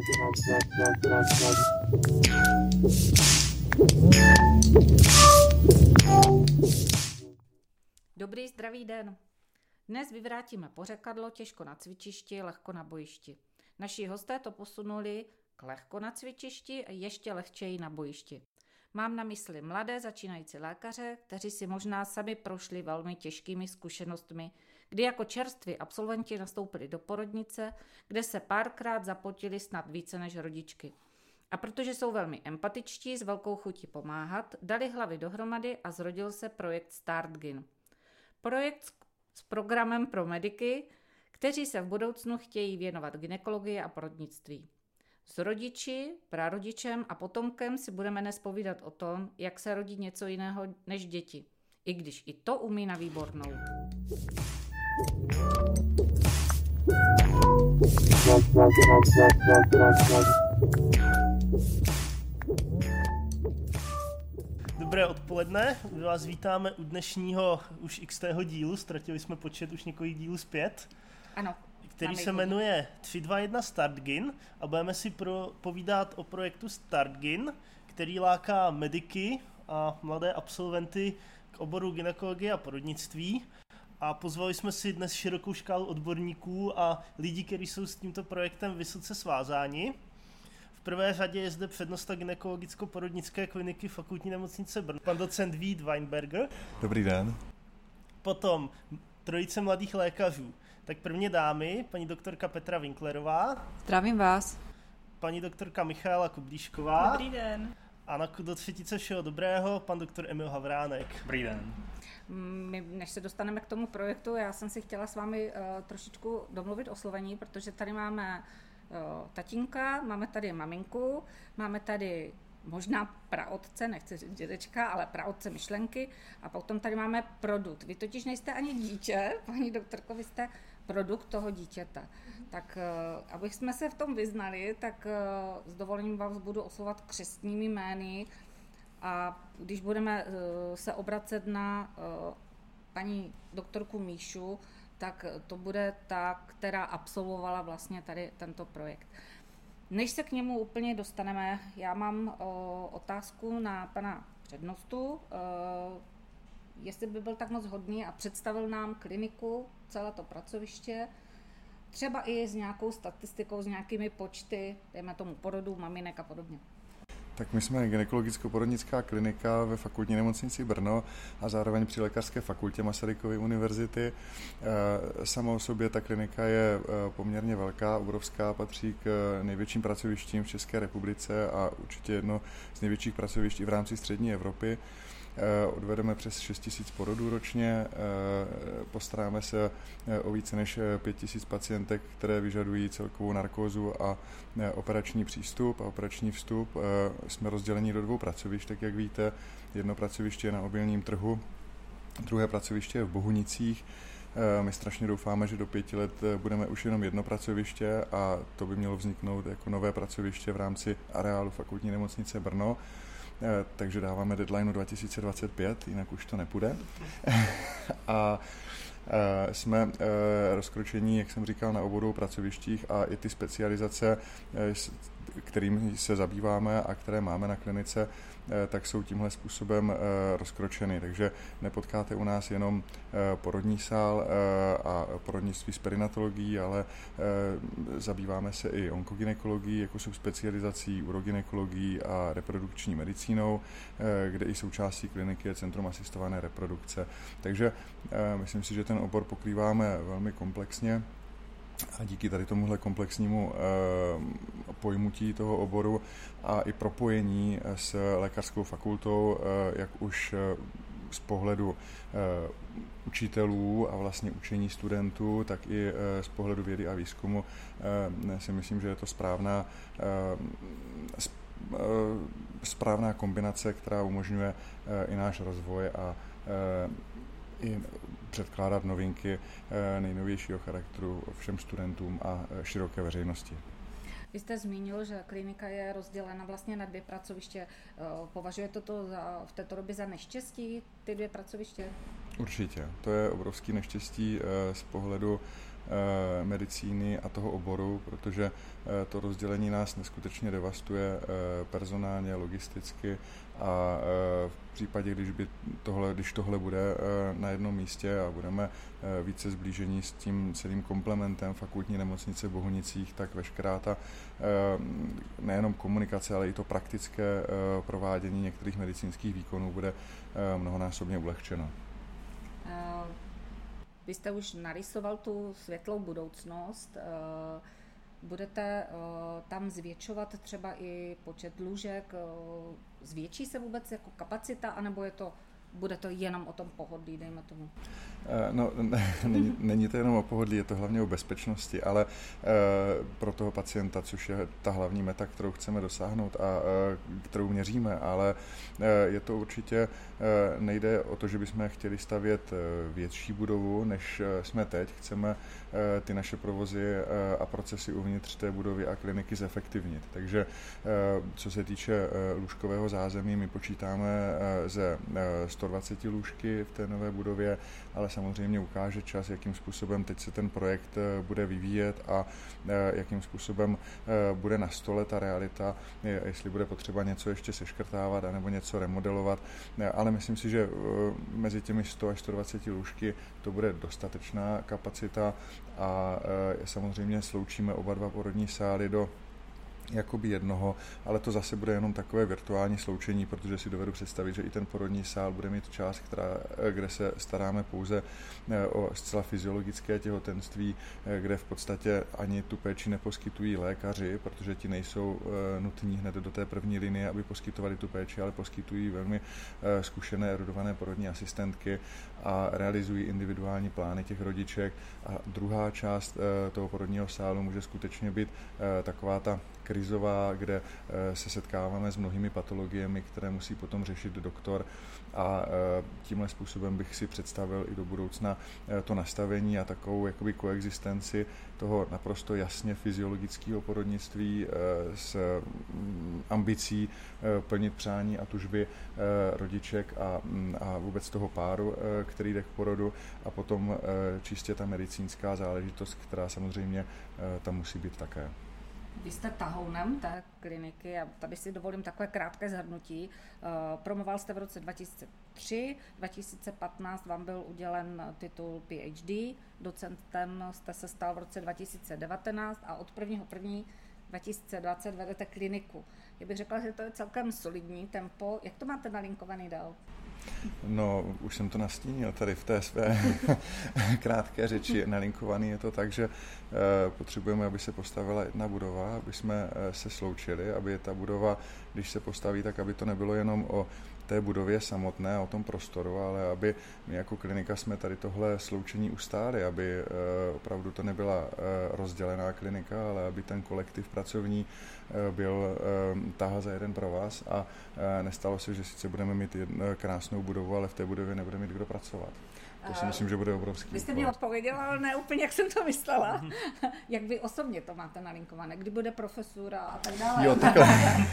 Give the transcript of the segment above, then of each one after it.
Dobrý zdravý den. Dnes vyvrátíme pořekadlo těžko na cvičišti, lehko na bojišti. Naši hosté to posunuli k lehko na cvičišti a ještě lehčeji na bojišti. Mám na mysli mladé začínající lékaře, kteří si možná sami prošli velmi těžkými zkušenostmi, kdy jako čerství absolventi nastoupili do porodnice, kde se párkrát zapotili snad více než rodičky. A protože jsou velmi empatičtí, s velkou chutí pomáhat, dali hlavy dohromady a zrodil se projekt StartGyn. Projekt s programem pro mediky, kteří se v budoucnu chtějí věnovat gynekologii a porodnictví. S rodiči, prarodičem a potomkem si budeme dnes povídat o tom, jak se rodí něco jiného než děti, i když i to umí na výbornou. Dobré odpoledne, my vás vítáme u dnešního už xtého dílu, ztratili jsme počet už několik dílů zpět. Ano. Který se jmenuje 321 StartGyn a budeme si povídat o projektu StartGyn, který láká mediky a mladé absolventy k oboru gynekologie a porodnictví. A pozvali jsme si dnes širokou škálu odborníků a lidí, kteří jsou s tímto projektem vysoce svázáni. V prvé řadě je zde přednosta gynekologicko-porodnické kliniky Fakultní nemocnice Brno, pan docent Vít Weinberger. Dobrý den. Potom trojice mladých lékařů. Tak prvně dámy, paní doktorka Petra Winklerová. Zdravím vás. Paní doktorka Michaela Kublíšková. Dobrý den. A do třetice všeho dobrého, pan doktor Emil Havránek. Dobrý den. My, než se dostaneme k tomu projektu, já jsem si chtěla s vámi trošičku domluvit o slovení, protože tady máme tatínka, máme tady maminku, máme tady možná praotce, nechci říct dědečka, ale praotce myšlenky a potom tady máme produkt. Vy totiž nejste ani dítě, paní doktorko, vy jste produkt toho dítěte. Tak abych jsme se v tom vyznali, tak s dovolením vás budu oslovovat křestními jmény a když budeme se obracet na paní doktorku Míšu, tak to bude ta, která absolvovala vlastně tady tento projekt. Než se k němu úplně dostaneme, já mám otázku na pana přednostu, jestli by byl tak moc hodný a představil nám kliniku, celé to pracoviště, třeba i s nějakou statistikou, s nějakými počty, dejme tomu porodů, maminek a podobně. Tak my jsme gynekologicko-porodnická klinika ve Fakultní nemocnici Brno a zároveň při Lékařské fakultě Masarykovy univerzity. Sama o sobě ta klinika je poměrně velká, obrovská, patří k největším pracovištím v České republice a určitě jedno z největších pracovišť i v rámci střední Evropy. Odvedeme přes 6 000 porodů ročně, postaráme se o více než 5 000 pacientek, které vyžadují celkovou narkózu a operační přístup a operační vstup. Jsme rozděleni do 2 pracovišť, tak jak víte, jedno pracoviště je na Obilním trhu, druhé pracoviště je v Bohunicích. My strašně doufáme, že do 5 let budeme už jenom jedno pracoviště a to by mělo vzniknout jako nové pracoviště v rámci areálu Fakultní nemocnice Brno. Takže dáváme deadline 2025, jinak už to nepůjde. A jsme rozkročení, jak jsem říkal, na obou pracovištích a i ty specializace, kterým se zabýváme a které máme na klinice, tak jsou tímhle způsobem rozkročeny. Takže nepotkáte u nás jenom porodní sál a porodnictví s perinatologií, ale zabýváme se i onkogynekologií, jako jsou specializací urogynekologií a reprodukční medicínou, kde i součástí kliniky je Centrum asistované reprodukce. Takže myslím si, že ten obor pokrýváme velmi komplexně. A díky tady tomuhle komplexnímu pojmutí toho oboru a i propojení s lékařskou fakultou, jak už z pohledu učitelů a vlastně učení studentů, tak i z pohledu vědy a výzkumu si myslím, že je to správná kombinace, která umožňuje i náš rozvoj a i předkládat novinky nejnovějšího charakteru všem studentům a široké veřejnosti. Vy jste zmínil, že klinika je rozdělena vlastně na 2 pracoviště. Považujete to v této době za neštěstí, ty 2 pracoviště? Určitě. To je obrovský neštěstí z pohledu medicíny a toho oboru, protože to rozdělení nás neskutečně devastuje personálně, logisticky a v případě, když tohle bude na jednom místě a budeme více zblížení s tím celým komplementem fakultní nemocnice v Bohunicích, tak veškerá ta nejenom komunikace, ale i to praktické provádění některých medicínských výkonů bude mnohonásobně ulehčeno. Vy jste už narysoval tu světlou budoucnost. Budete tam zvětšovat třeba i počet lůžek? Zvětší se vůbec jako kapacita, anebo bude to jenom o tom pohodlí, dejme tomu? No, není to jenom o pohodlí, je to hlavně o bezpečnosti, ale pro toho pacienta, což je ta hlavní meta, kterou chceme dosáhnout a kterou měříme, ale je to určitě, nejde o to, že bychom chtěli stavět větší budovu, než jsme teď. Chceme ty naše provozy a procesy uvnitř té budovy a kliniky zefektivnit. Takže co se týče lůžkového zázemí, my počítáme ze 120 lůžky v té nové budově, ale samozřejmě ukáže čas, jakým způsobem teď se ten projekt bude vyvíjet a jakým způsobem bude na stole ta realita, jestli bude potřeba něco ještě seškrtávat anebo něco remodelovat, ale myslím si, že mezi těmi 100 až 120 lůžky to bude dostatečná kapacita a samozřejmě sloučíme oba dva porodní sály do jakoby jednoho, ale to zase bude jenom takové virtuální sloučení, protože si dovedu představit, že i ten porodní sál bude mít část, kde se staráme pouze o zcela fyziologické těhotenství, kde v podstatě ani tu péči neposkytují lékaři, protože ti nejsou nutní hned do té první linie, aby poskytovali tu péči, ale poskytují velmi zkušené, erudované porodní asistentky a realizují individuální plány těch rodiček. A druhá část toho porodního sálu může skutečně být taková ta krizová, kde se setkáváme s mnohými patologiemi, které musí potom řešit doktor a tímhle způsobem bych si představil i do budoucna to nastavení a takovou jakoby koexistenci toho naprosto jasně fyziologického porodnictví s ambicí plnit přání a tužby rodiček a vůbec toho páru, který jde k porodu, a potom čistě ta medicínská záležitost, která samozřejmě tam musí být také. Vy jste tahounem té kliniky a tady si dovolím takové krátké shrnutí. Promoval jste v roce 2003, 2015 vám byl udělen titul PhD, docentem jste se stal v roce 2019 a od 1.1.2020 vedete kliniku. Já bych řekla, že to je celkem solidní tempo. Jak to máte nalinkovaný dál? No, už jsem to nastínil tady v té své krátké řeči. Nalinkovaný je to tak, že potřebujeme, aby se postavila jedna budova, aby jsme se sloučili, aby ta budova, když se postaví, tak aby to nebylo jenom o té budově samotné, o tom prostoru, ale aby my jako klinika jsme tady tohle sloučení ustáli, aby opravdu to nebyla rozdělená klinika, ale aby ten kolektiv pracovní byl táha za jeden pro vás a nestalo se, že sice budeme mít krásnou budovu, ale v té budově nebude mít kdo pracovat. To si myslím, že bude obrovský. Vy jste mi odpověděla, ale ne úplně, jak jsem to myslela. Jak vy osobně to máte nalinkované? Kdy bude profesura a tak dále? Jo, takhle.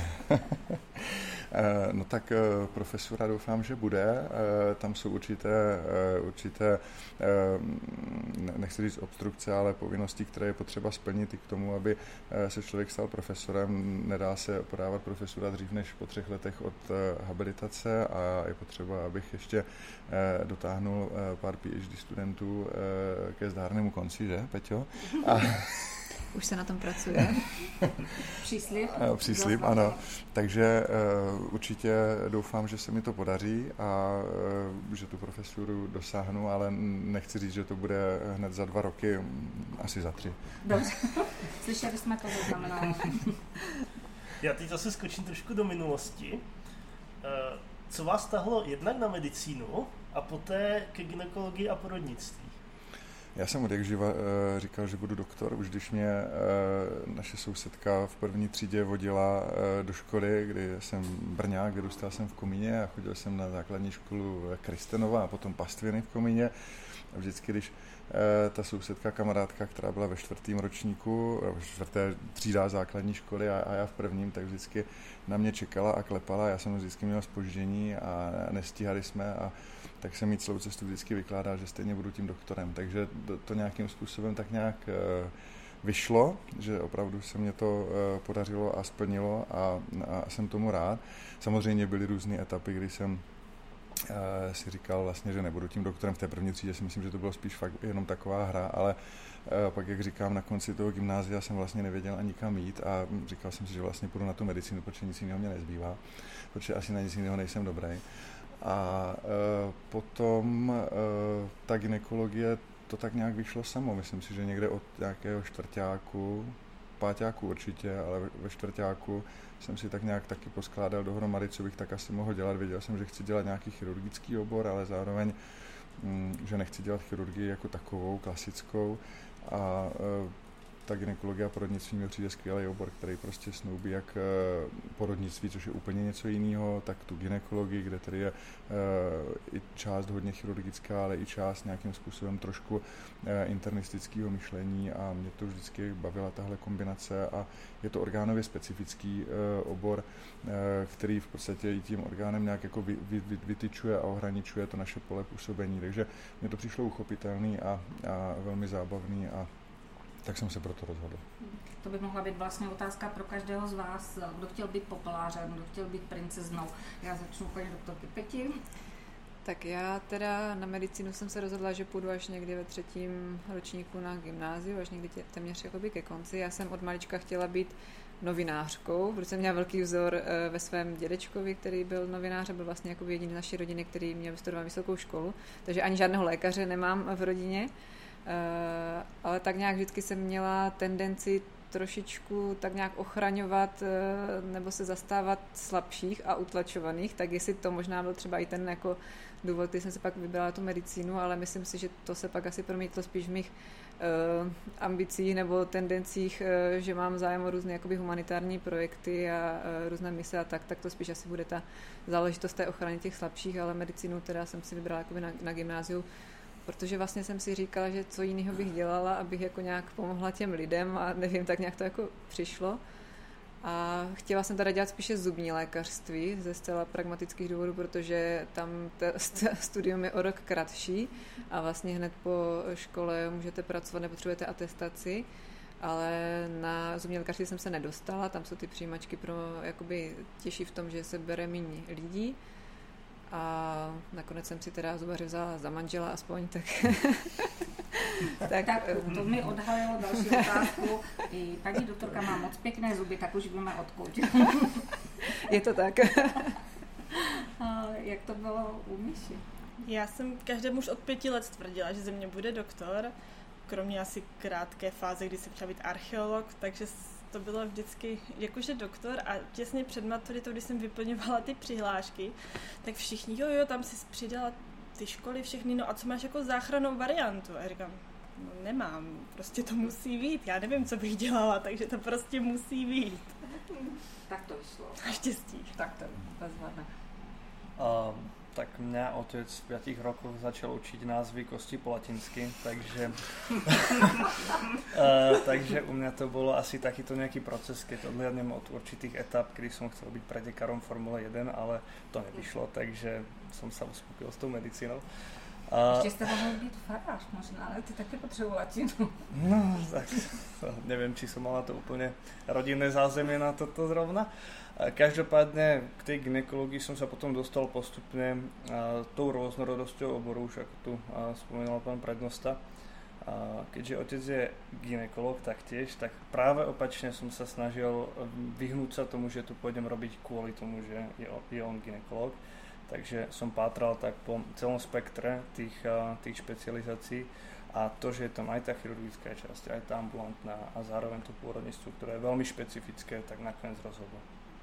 No tak profesura doufám, že bude. Tam jsou určité nechci říct obstrukce, ale povinnosti, které je potřeba splnit i k tomu, aby se člověk stal profesorem. Nedá se podávat profesura dřív než po 3 letech od habilitace a je potřeba, abych ještě dotáhnul pár PhD studentů ke zdárnému konci, že, Peťo? Už se na tom pracuje. Příslib, ano. Takže určitě doufám, že se mi to podaří a že tu profesuru dosáhnu, ale nechci říct, že to bude hned za 2 roky, asi za 3. Dobře, slyšeli jsme to, znamená. Já teď zase skočím trošku do minulosti. Co vás tahlo jednak na medicínu a poté ke gynekologii a porodnictví? Já jsem od jak živa říkal, že budu doktor, už když mě naše sousedka v první třídě vodila do školy, kdy jsem Brňák, vyrůstal jsem v Komíně a chodil jsem na základní školu Kristenova a potom Pastviny v Komíně. A vždycky, když ta sousedka, kamarádka, která byla ve 4. ročníku, ve 4. třídách základní školy a já v 1., tak vždycky na mě čekala a klepala. Já jsem vždycky měl zpoždění a nestíhali jsme a tak jsem jí celou cestu vždycky vykládal, že stejně budu tím doktorem. Takže to nějakým způsobem tak nějak vyšlo, že opravdu se mě to podařilo a splnilo a jsem tomu rád. Samozřejmě byly různé etapy, kdy jsem si říkal vlastně, že nebudu tím doktorem. V té 1. třídě si myslím, že to bylo spíš fakt jenom taková hra, ale pak, jak říkám, na konci toho gymnázia jsem vlastně nevěděl ani kam jít a říkal jsem si, že vlastně půjdu na tu medicínu, protože nic jiného mě nezbývá, protože asi na nic jiného nejsem dobrý. A potom ta gynekologie, to tak nějak vyšlo samo. Myslím si, že někde od nějakého 4., 5. určitě, ale ve 4. jsem si tak nějak taky poskládal dohromady, co bych tak asi mohl dělat. Věděl jsem, že chci dělat nějaký chirurgický obor, ale zároveň, že nechci dělat chirurgii jako takovou, klasickou. A ta gynekologie a porodnictví mi přijde skvělý obor, který prostě snoubí jak porodnictví, což je úplně něco jiného, tak tu gynekologii, kde tady je i část hodně chirurgická, ale i část nějakým způsobem trošku internistického myšlení a mě to vždycky bavila tahle kombinace a je to orgánově specifický obor, který v podstatě i tím orgánem nějak jako vytyčuje a ohraničuje to naše pole působení, takže mně to přišlo uchopitelný a velmi zábavný a tak jsem se proto rozhodl. To by mohla být vlastně otázka pro každého z vás, kdo chtěl být populářem, kdo chtěl být princeznou. Já začnu paní doktorky Peti. Tak já teda na medicínu jsem se rozhodla, že půjdu až někdy ve 3. ročníku na gymnáziu, až někdy téměř jakoby ke konci. Já jsem od malička chtěla být novinářkou, protože jsem měla velký vzor ve svém dědečkovi, který byl novinář a byl vlastně jako jediný naší rodiny, který měl vystudovat vysokou školu, takže ani žádného lékaře nemám v rodině. Ale tak nějak vždycky jsem měla tendenci trošičku tak nějak ochraňovat nebo se zastávat slabších a utlačovaných, tak jestli to možná byl třeba i ten jako důvod, když jsem se pak vybrala tu medicínu, ale myslím si, že to se pak asi promítlo spíš v mých ambicích nebo tendencích, že mám zájem o různé jakoby humanitární projekty a různé mise a tak to spíš asi bude ta záležitost té ochrany těch slabších, ale medicínu teda jsem si vybrala jakoby na gymnáziu, protože vlastně jsem si říkala, že co jiného bych dělala, abych jako nějak pomohla těm lidem a nevím, tak nějak to jako přišlo. A chtěla jsem teda dělat spíše zubní lékařství ze zcela pragmatických důvodů, protože tam studium je o rok kratší a vlastně hned po škole můžete pracovat, nepotřebujete atestaci, ale na zubní lékařství jsem se nedostala, tam jsou ty přijímačky pro jakoby těžší v tom, že se bere méně lidí. A nakonec jsem si teda zubaře vzala za manžela aspoň, tak... tak to mi odhalilo další otázku. I paní doktorka má moc pěkné zuby, tak už víme odkud. Je to tak. Jak to bylo u Míši? Já jsem každému už od 5 let tvrdila, že ze mě bude doktor, kromě asi krátké fáze, kdy jsem chtěla být archeolog, takže to bylo vždycky jakože doktor a těsně před maturitou, když jsem vyplňovala ty přihlášky, tak všichni, jo, tam si přidala ty školy všechny, no a co máš jako záchrannou variantu? A já říkám, no nemám, prostě to musí být, já nevím, co bych dělala, takže to prostě musí být. Tak to vyšlo. Naštěstí. Tak to zvládne. Tak mňa otec v 5 rokoch začal učiť názvy kosti po latinsky, takže takže u mňa to bolo asi takýto nejaký proces, keď odhliadnem od určitých etap, kedy som chcel byť predekárom Formule 1, ale to nevyšlo, takže som sa uspokojil s tou medicínou. Ještě jste mohl být farář možná, ale ty taky potřebují latinu. No, tak neviem, či som mala to úplne rodinné zázemie na toto zrovna. Každopádne k tej gynekológii som sa potom dostal postupne tou rôznorodosťou oboru, už ako tu spomínal pán prednosta. Keďže otec je gynekolog taktiež, tak práve opačne som sa snažil vyhnúť sa tomu, že tu pôjdem robiť kvôli tomu, že je on gynekolog. Takže som pátral tak po celom spektre tých špecializácií a to, že je tam aj tá chirurgická časť, aj tá ambulantná a zároveň to pôrodníctvo, ktoré je veľmi špecifické, tak nakoniec rozhodlo.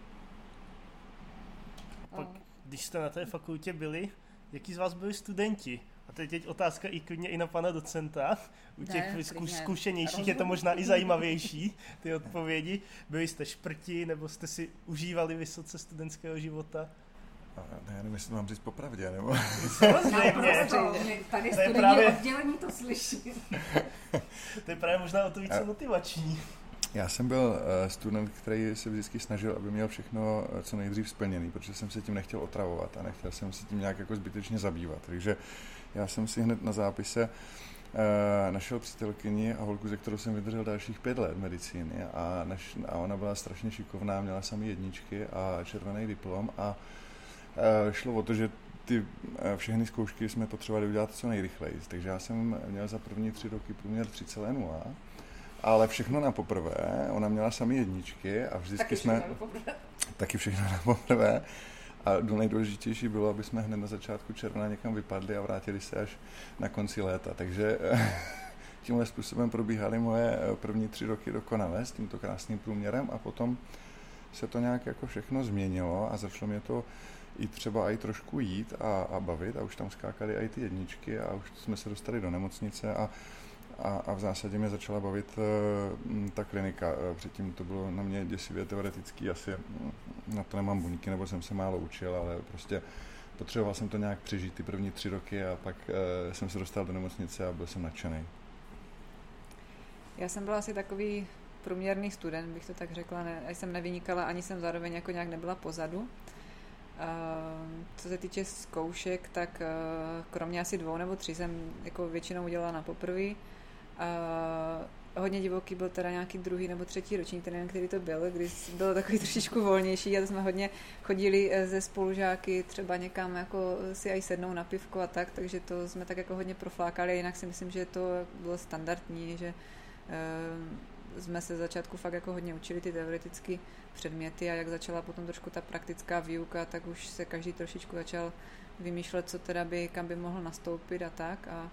Když jste na té fakultě byli, jaký z vás byli studenti? A to je teď otázka i klidně i na pana docenta. U těch zkušenějších je to možná i zajímavější, ty odpovědi. Byli jste šprti, nebo jste si užívali vysoce studentského života? Já nevím, jestli to mám říct popravdě, nebo... Samozřejmě. Tady To je studijní právě- oddělení to slyší. To je právě možná o to více motivační. Já jsem byl student, který se vždycky snažil, aby měl všechno co nejdřív splněný, protože jsem se tím nechtěl otravovat a nechtěl jsem se tím nějak jako zbytečně zabývat. Takže já jsem si hned na zápise našel přítelkyni a holku, ze kterou jsem vydržel dalších 5 let medicíny a ona byla strašně šikovná, měla samý jedničky a červený diplom a šlo o to, že ty všechny zkoušky jsme potřebovali udělat co nejrychleji. Takže já jsem měl za první 3 roky průměr 3,0, ale všechno na poprvé. Ona měla samý jedničky a vždycky taky všechno na poprvé. A nejdůležitější bylo, aby jsme hned na začátku června někam vypadli a vrátili se až na konci léta. Takže tímhle způsobem probíhaly moje první 3 roky dokonale s tímto krásným průměrem a potom se to nějak jako všechno změnilo a začalo mě to i třeba i trošku jít a bavit a už tam skákaly i ty jedničky a už jsme se dostali do nemocnice a v zásadě mě začala bavit ta klinika. Předtím to bylo na mě děsivě teoretický, asi na to nemám buňky, nebo jsem se málo učil, ale prostě potřeboval jsem to nějak přežít ty první 3 roky a pak jsem se dostal do nemocnice a byl jsem nadšený. Já jsem byla asi takový průměrný student, bych to tak řekla. Jsem nevynikala, ani jsem zároveň jako nějak nebyla pozadu. Co se týče zkoušek, tak kromě asi 2 nebo 3 jsem jako většinou udělala na poprvé. Hodně divoký byl teda nějaký 2. nebo 3. ročník, nevím, který to byl, kdy bylo takový trošičku volnější a to jsme hodně chodili ze spolužáky třeba někam jako si aj sednou na pivko a tak, takže to jsme tak jako hodně proflákali a jinak si myslím, že to bylo standardní, že jsme se začátku fakt jako hodně učili ty teoretické předměty a jak začala potom trošku ta praktická výuka, tak už se každý trošičku začal vymýšlet, co teda kam by mohl nastoupit a tak a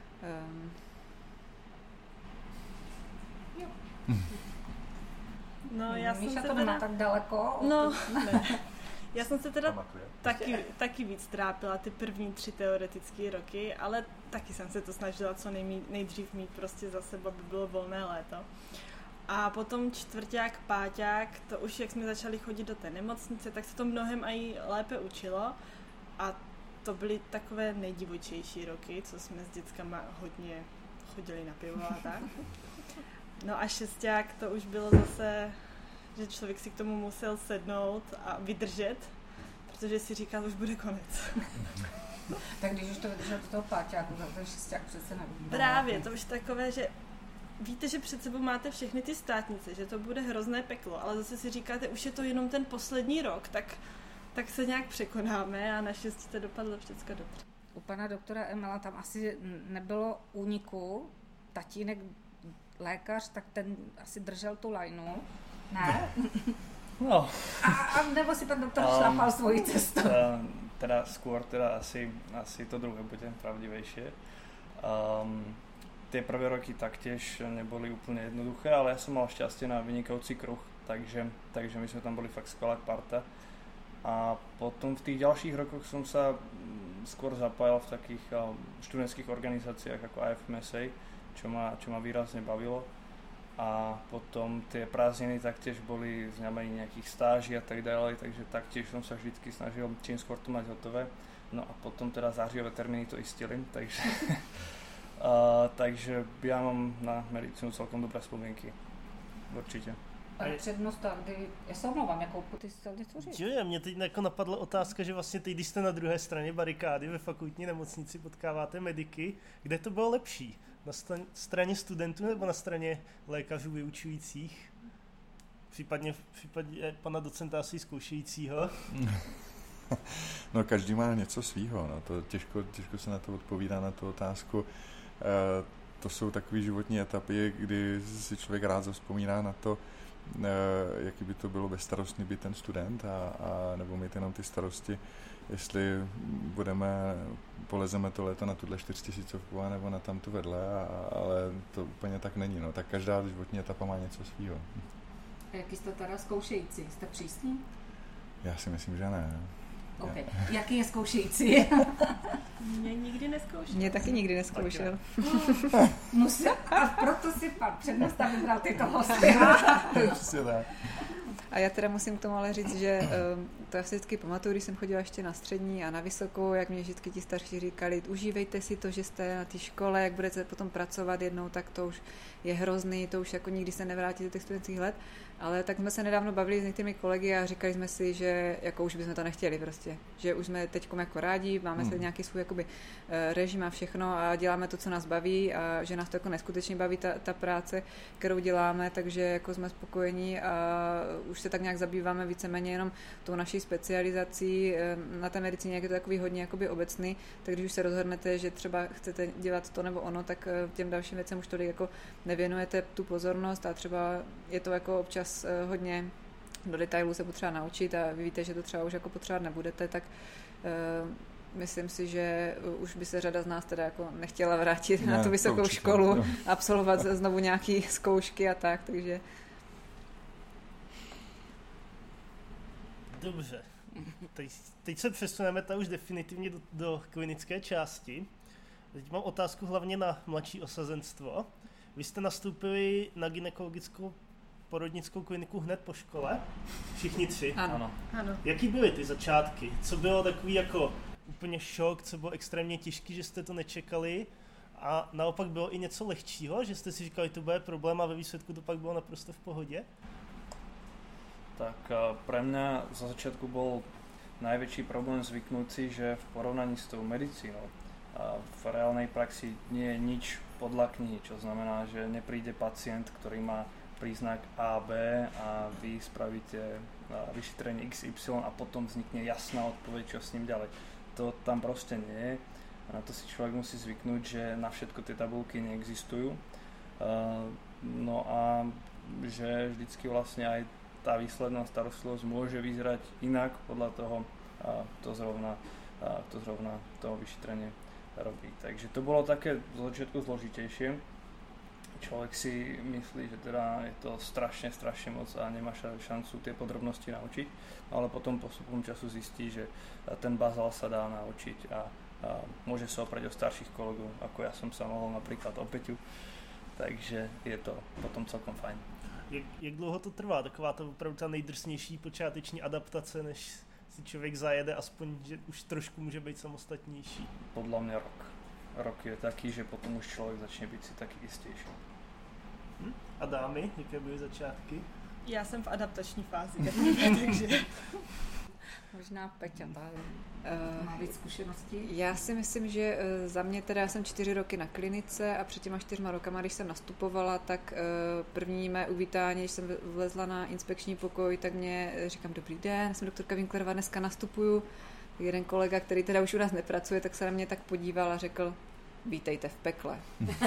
No, já jsem Míša se to teda... má tak daleko. No, ne. Já jsem se teda taky víc trápila ty první 3 teoretické roky, ale taky jsem se to snažila co nejdřív mít prostě za sebou, aby bylo volné léto. A potom 4ťák, 5ťák, to už jak jsme začali chodit do té nemocnice, tak se to mnohem i lépe učilo a to byly takové nejdivočejší roky, co jsme s dětskama hodně chodili na pivo a tak. No a 6ťák to už bylo zase, že člověk si k tomu musel sednout a vydržet, protože si říkal, už bude konec. Tak když už to vydržel do toho 5ťáku, tak ten 6ťák přece nebude. Právě, to už takové, že víte, že před sebou máte všechny ty státnice, že to bude hrozné peklo, ale zase si říkáte, už je to jenom ten poslední rok, tak se nějak překonáme a naštěstí to dopadlo všechno dobře. U pana doktora Emela tam asi nebylo úniku, tatínek lékař, tak ten asi držel tu lajnu. Ne? No. A nebo si pan doktor šlapal svoji cestu? Teda skôr asi to druhé bude pravdivejšie. Tie prvé roky taktiež neboli úplne jednoduché, ale ja som mal šťastie na vynikajúci kruh, takže my sme tam boli fakt skvelá parta. A potom v tých ďalších rokoch som sa skôr zapájal v takých študentských organizáciách ako AFMSA, čo ma výrazne bavilo. A potom tie prázdniny taktiež boli znamením nejakých stáží a tak ďalej, takže taktiež som sa vždycky snažil čím skôr to mať hotové. No a potom teda zářijové termíny to istili, takže takže ja mám na medicínu celkom dobré vzpomínky. Určitě. Ale přednost, kdy, já se omlouvám, jakou ty jsi chtěl vytvořit? Jo, mě teď jako napadla otázka, že vlastně teď, když jste na druhé straně barikády ve fakultní nemocnici potkáváte mediky, kde to bylo lepší? Na straně studentů nebo na straně lékařů vyučujících? Případně v případě pana docenta asi zkoušejícího? No, každý má něco svýho, no, to těžko se na to odpovídá, na tu otázku. To jsou takové životní etapy, kdy si člověk rád zavzpomíná na to, jaký by to bylo bezstarostný být ten student a nebo mít jenom ty starosti, jestli polezeme to léto na tuhle 4000 nebo na tamtu vedle, ale to úplně tak není. No. Tak každá životní etapa má něco svýho. A jaký jste teda zkoušející? Jste přísní? Já si myslím, že ne. Okay. Jaký je zkoušející? Mě nikdy neskoušel. Mě taky nikdy neskoušel. Musím, a proto si pan přednosta vybral tyto hosty. Přesně tak. A já teda musím k tomu ale říct, že to já si vždycky pamatuju, když jsem chodila ještě na střední a na vysokou, jak mě vždycky ti starší říkali, užívejte si to, že jste na té škole, jak budete potom pracovat jednou, tak to už je hrozný, to už jako nikdy se nevrátíte do těch studentských let. Ale tak jsme se nedávno bavili s některými kolegy a říkali jsme si, že jako už bychom to nechtěli prostě. Že už jsme teď jako rádi, máme se nějaký svůj jakoby režim a všechno a děláme to, co nás baví a že nás to jako neskutečně baví ta práce, kterou děláme, takže jako jsme spokojení a už se tak nějak zabýváme víceméně jenom tou naší specializací. Na té medicíně je to takový hodně jakoby obecný, tak když už se rozhodnete, že třeba chcete dělat to nebo ono, tak těm dalším věcem už tolik jako nevěnujete tu pozornost a třeba je to jako občas hodně do detailů se potřeba naučit a vy víte, že to třeba už jako potřebovat nebudete, tak myslím si, že už by se řada z nás teda jako nechtěla vrátit na tu vysokou školu, absolvovat znovu nějaký zkoušky a tak, takže... Dobře. Teď se přesuneme už definitivně do klinické části. Teď mám otázku hlavně na mladší osazenstvo. Vy jste nastoupili na gynekologickou porodnickou kliniku hned po škole? Všichni tři? Ano. Jaký byly ty začátky? Co bylo takový jako úplně šok, co bylo extrémně těžký, že jste to nečekali? A naopak bylo i něco lehčího, že jste si říkali, to bude problém a ve výsledku to pak bylo naprosto v pohodě? Tak pre mňa za začiatku bol najväčší problém zvyknúť si, že v porovnaní s tou medicínou v reálnej praxi nie je nič podľa knihy, čo znamená, že nepríde pacient, ktorý má príznak A, B a vy spravíte vyšetrenie XY a potom vznikne jasná odpoveď, čo s ním ďalej. To tam proste nie je. Na to si človek musí zvyknúť, že na všetko tie tabulky neexistujú. No a že vždycky vlastne aj tá výsledná starostlivosť môže vyzerať inak podľa toho, kto zrovna toho vyšetrenie robí. Takže to bolo také z začiatku zložitejšie. Človek si myslí, že teda je to strašne moc a nemá šancu tie podrobnosti naučiť, ale potom postupom času zistí, že ten bazál sa dá naučiť a môže sa oprieť o starších kolegov, ako ja som sa mohol napríklad o Peťu, takže je to potom celkom fajn. Jak dlouho to trvá, taková to opravdu ta nejdrsnější počáteční adaptace, než si člověk zajede, aspoň, že už trošku může být samostatnější? Podľa mňa rok. Rok je taký, že potom už člověk začne být si taky jistější. A dámy, jaké byly začátky? Já jsem v adaptační fázi, takže... Možná Peťa, má víc zkušeností. Já si myslím, že za mě teda já jsem 4 roky na klinice a před těma 4 rokama, když jsem nastupovala, tak první mé uvítání, když jsem vlezla na inspekční pokoj, tak mě říkám, dobrý den, jsem doktorka Winklerová, dneska nastupuju. Jeden kolega, který teda už u nás nepracuje, tak se na mě tak podíval a řekl, vítejte v pekle.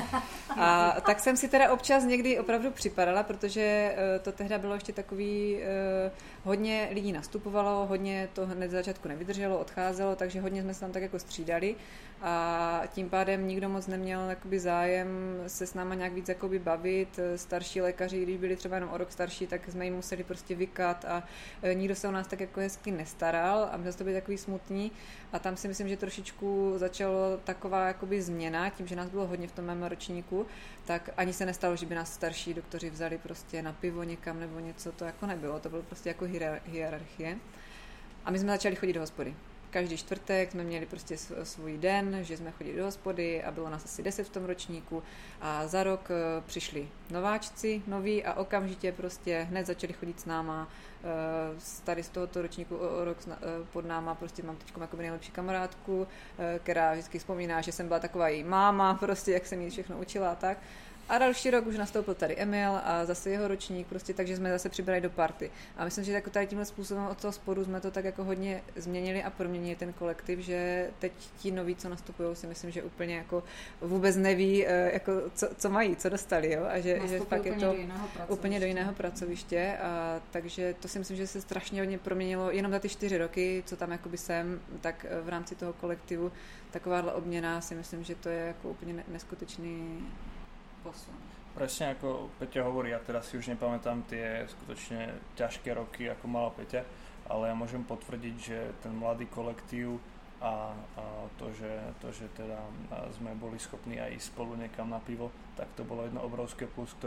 A tak jsem si teda občas někdy opravdu připadala, protože to tehda bylo ještě takový, hodně lidí nastupovalo, hodně to hned z začátku nevydrželo, odcházelo, takže hodně jsme se tam tak jako střídali a tím pádem nikdo moc neměl jakoby zájem se s náma nějak víc jakoby bavit. Starší lékaři, když byli třeba jenom o rok starší, tak jsme jim museli prostě vykat a nikdo se o nás tak jako hezky nestaral a měl to být takový smutný a tam si myslím, že trošičku začalo taková jakoby změna, tím, že nás bylo hodně v tom mém ročníku, tak ani se nestalo, že by nás starší doktoři vzali prostě na pivo někam nebo něco, to jako nebylo, to bylo prostě jako hierarchie. A my jsme začali chodit do hospody. Každý čtvrtek jsme měli prostě svůj den, že jsme chodili do hospody a bylo nás asi 10 v tom ročníku a za rok přišli nováčci, noví a okamžitě prostě hned začali chodit s náma. Tady z tohoto ročníku o rok pod náma prostě mám teď jako nejlepší kamarádku, která vždycky vzpomíná, že jsem byla taková její máma, prostě jak jsem jí všechno učila a tak. A další rok už nastoupil tady Emil a zase jeho ročník, prostě, takže jsme zase přibrali do party. A myslím, že jako tady tímhle způsobem od toho spodu jsme to tak jako hodně změnili a proměnili ten kolektiv, že teď ti noví, co nastupují, si myslím, že úplně jako vůbec neví, jako co mají, co dostali, jo? A že fakt je to úplně do jiného pracoviště. A takže to si myslím, že se strašně hodně proměnilo jenom za ty 4 roky, co tam jakoby jsem, tak v rámci toho kolektivu takováhle obměna si myslím, že to je jako úplně neskutečný posun. Presne ako Peťa hovorí, ja teraz si už nepamätám tie skutočne ťažké roky, ako mala Peťa, ale ja môžem potvrdiť, že ten mladý kolektív a to, že teda sme boli schopní aj ísť spolu niekam na pivo, tak to bolo jedno obrovské plus, ktoré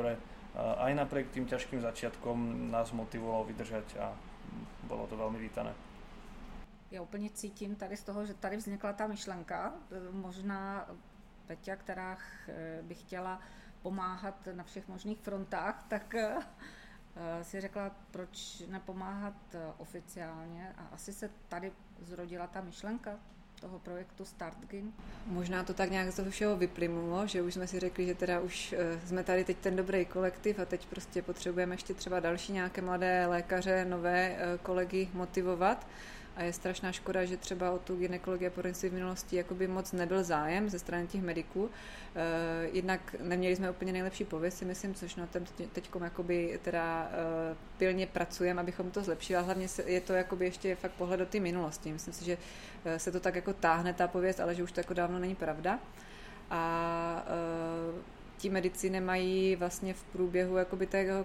aj napriek tým ťažkým začiatkom nás motivovalo vydržať a bolo to veľmi vítané. Já úplně cítím tady z toho, že tady vznikla ta myšlenka, možná Peťa, která by chtěla pomáhat na všech možných frontách, tak si řekla, proč nepomáhat oficiálně, a asi se tady zrodila ta myšlenka toho projektu StartGin. Možná to tak nějak z toho všeho vyplynulo, že už jsme si řekli, že teda už jsme tady teď ten dobrý kolektiv a teď prostě potřebujeme ještě třeba další nějaké mladé lékaře, nové kolegy motivovat. A je strašná škoda, že třeba o tu gynekologii a porodnictví v minulosti jakoby moc nebyl zájem ze strany těch mediků. Jednak neměli jsme úplně nejlepší pověst, si myslím, což na tom teďkom jakoby teda pilně pracujeme, abychom to zlepšili. A hlavně je to jakoby ještě fakt pohled do té minulosti. Myslím si, že se to tak jako táhne ta pověst, ale že už to jako dávno není pravda. A ti medici nemají vlastně v průběhu jakoby toho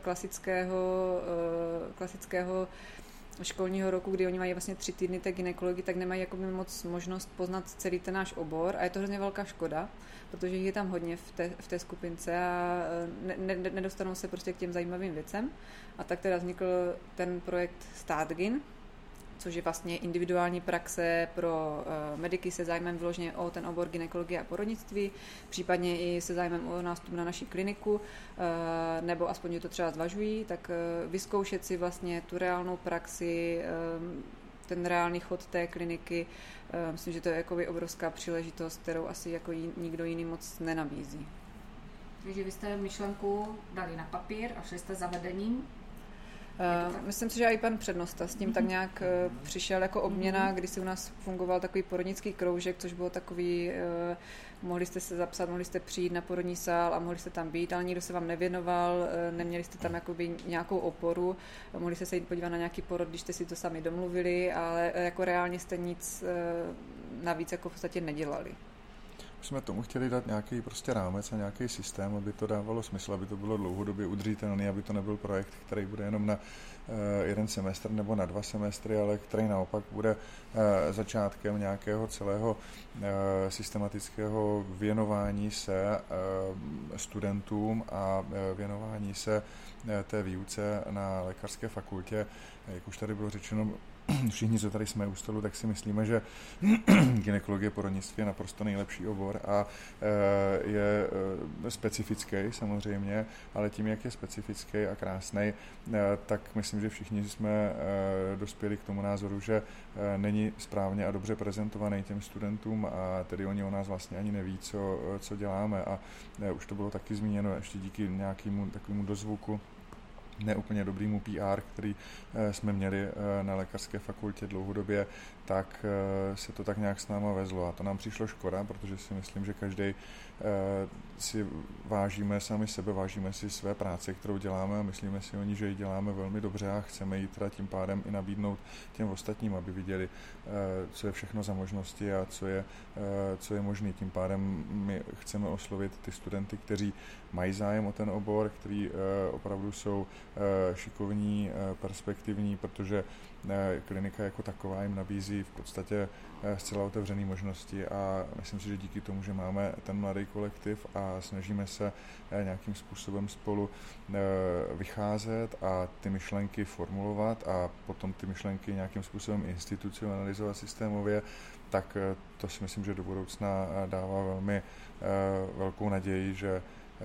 klasického školního roku, kdy oni mají vlastně 3 týdny té gynekologii, tak nemají jakoby moc možnost poznat celý ten náš obor a je to hrozně velká škoda, protože jich je tam hodně v té skupince a nedostanou se prostě k těm zajímavým věcem. A tak teda vznikl ten projekt StartGin, což je vlastně individuální praxe pro mediky se zájmem vyloženě o ten obor gynekologie a porodnictví, případně i se zájmem o nástup na naši kliniku, nebo aspoň, že to třeba zvažují, tak vyzkoušet si vlastně tu reálnou praxi, ten reálný chod té kliniky. Myslím, že to je jakoby obrovská příležitost, kterou asi jako nikdo jiný moc nenabízí. Takže vy jste myšlenku dali na papír a šli jste za vedením. Myslím si, že i pan přednosta s tím tak nějak přišel jako obměna, kdy si u nás fungoval takový porodnický kroužek, což bylo takový, mohli jste se zapsat, mohli jste přijít na porodní sál a mohli jste tam být, ale nikdo se vám nevěnoval, neměli jste tam jakoby nějakou oporu, mohli jste se jít podívat na nějaký porod, když jste si to sami domluvili, ale jako reálně jste nic navíc jako v podstatě nedělali. Jsme tomu chtěli dát nějaký prostě rámec a nějaký systém, aby to dávalo smysl, aby to bylo dlouhodobě udržitelný, aby to nebyl projekt, který bude jenom na 1 semestr nebo na 2 semestry, ale který naopak bude začátkem nějakého celého systematického věnování se studentům a věnování se té výuce na lékařské fakultě. Jak už tady bylo řečeno, všichni, co tady jsme u stolu, tak si myslíme, že gynekologie porodnictví je naprosto nejlepší obor a je specifický samozřejmě, ale tím, jak je specifický a krásný, tak myslím, že všichni jsme dospěli k tomu názoru, že není správně a dobře prezentovaný těm studentům a tedy oni o nás vlastně ani neví, co děláme a už to bylo taky zmíněno ještě díky nějakému takovému dozvuku, neúplně dobrýmu PR, který jsme měli na lékařské fakultě dlouhodobě, tak se to tak nějak s náma vezlo a to nám přišlo škoda, protože si myslím, že každý si vážíme sami sebe, vážíme si své práce, kterou děláme a myslíme si o ní, že ji děláme velmi dobře a chceme ji teda tím pádem i nabídnout těm ostatním, aby viděli, co je všechno za možnosti a co je možné. Tím pádem my chceme oslovit ty studenty, kteří mají zájem o ten obor, kteří opravdu jsou šikovní, perspektivní, protože klinika jako taková jim nabízí v podstatě zcela otevřené možnosti a myslím si, že díky tomu, že máme ten mladý kolektiv a snažíme se nějakým způsobem spolu vycházet a ty myšlenky formulovat a potom ty myšlenky nějakým způsobem institucionalizovat systémově, tak to si myslím, že do budoucna dává velmi velkou naději, že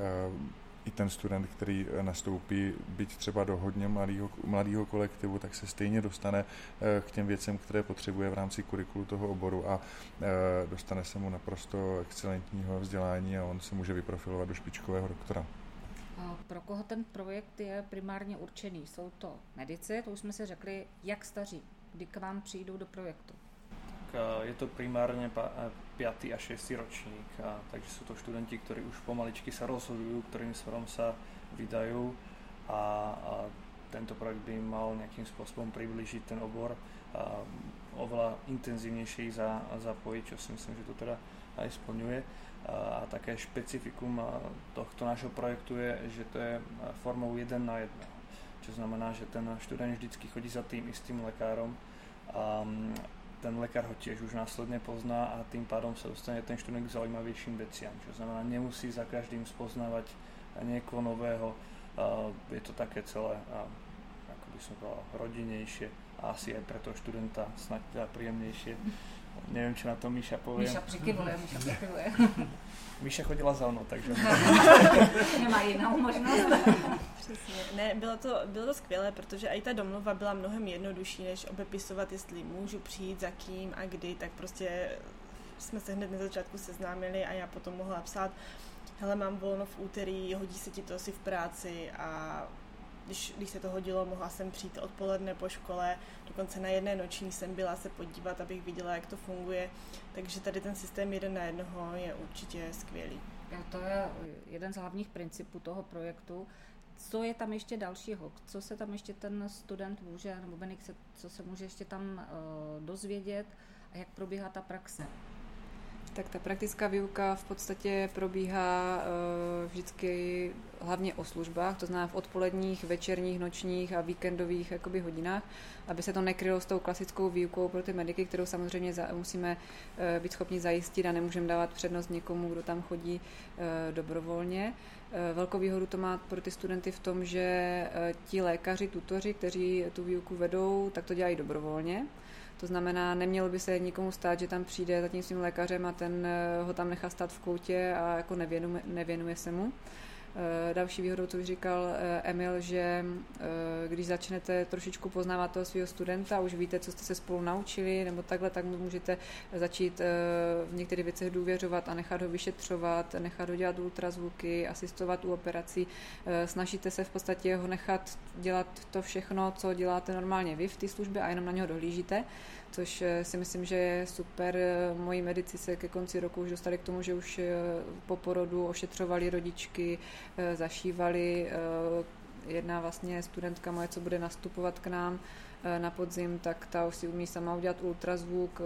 i ten student, který nastoupí, byť třeba do hodně mladého kolektivu, tak se stejně dostane k těm věcem, které potřebuje v rámci kurikulu toho oboru a dostane se mu naprosto excelentního vzdělání a on se může vyprofilovat do špičkového doktora. Pro koho ten projekt je primárně určený? Jsou to medici, to už jsme si řekli, jak staří, kdy k vám přijdou do projektu? Je to primárne 5. a 6. ročník, takže sú to študenti, ktorí už pomaličky sa rozhodujú, ktorým smerom sa vydajú a tento projekt by mal nejakým spôsobom priblížiť ten obor oveľa intenzívnejšie zapojiť, čo si myslím, že to teda aj splňuje. A také špecifikum tohto nášho projektu je, že to je formou 1 na 1, čo znamená, že ten študent vždycky chodí za tým istým lekárom a ten lekár ho tiež už následne pozná a tým pádom sa dostane ten študent k zaujímavejším veciam. Čo znamená, nemusí za každým spoznávať niekoho nového, Je to také celé, ako by som povedal, rodinnejšie a asi aj pre toho študenta snad príjemnejšie. Neviem, čo na to Míša povie. Míša přikivuje. Míša chodila za mnou, takže... Nemá jinou možnost. Přesně. Ne, bylo to skvělé, protože i ta domluva byla mnohem jednodušší, než obepisovat, jestli můžu přijít, za kým a kdy, tak prostě jsme se hned na začátku seznámili a já potom mohla psát, hele, mám volno v úterý, hodí se ti to asi v práci a když se to hodilo, mohla jsem přijít odpoledne po škole, dokonce na jedné noční jsem byla se podívat, abych viděla, jak to funguje, takže tady ten systém 1 na 1 je určitě skvělý. To je jeden z hlavních principů toho projektu. Co je tam ještě dalšího? Co se tam ještě ten student může, nebo Benik, co se může ještě tam dozvědět a jak probíhá ta praxe? Tak ta praktická výuka v podstatě probíhá vždycky hlavně o službách, to znamená v odpoledních, večerních, nočních a víkendových jakoby hodinách, aby se to nekrylo s tou klasickou výukou pro ty mediky, kterou samozřejmě musíme být schopni zajistit a nemůžeme dávat přednost někomu, kdo tam chodí dobrovolně. Velkou výhodu to má pro ty studenty v tom, že ti lékaři, tutoři, kteří tu výuku vedou, tak to dělají dobrovolně. To znamená, nemělo by se nikomu stát, že tam přijde za tím svým lékařem a ten ho tam nechá stát v koutě a jako nevěnuje se mu. Další výhodou, co už říkal Emil, že když začnete trošičku poznávat toho svého studenta, už víte, co jste se spolu naučili, nebo takhle, tak můžete začít v některých věcech důvěřovat a nechat ho vyšetřovat, nechat ho dělat ultrazvuky, asistovat u operací. Snažíte se v podstatě ho nechat dělat to všechno, co děláte normálně vy v té službě a jenom na něho dohlížíte, což si myslím, že je super. Moji medici se ke konci roku už dostali k tomu, že už po porodu ošetřovali rodičky, zašívali. Jedna vlastně studentka moje, co bude nastupovat k nám na podzim, tak ta už si umí sama udělat ultrazvuk,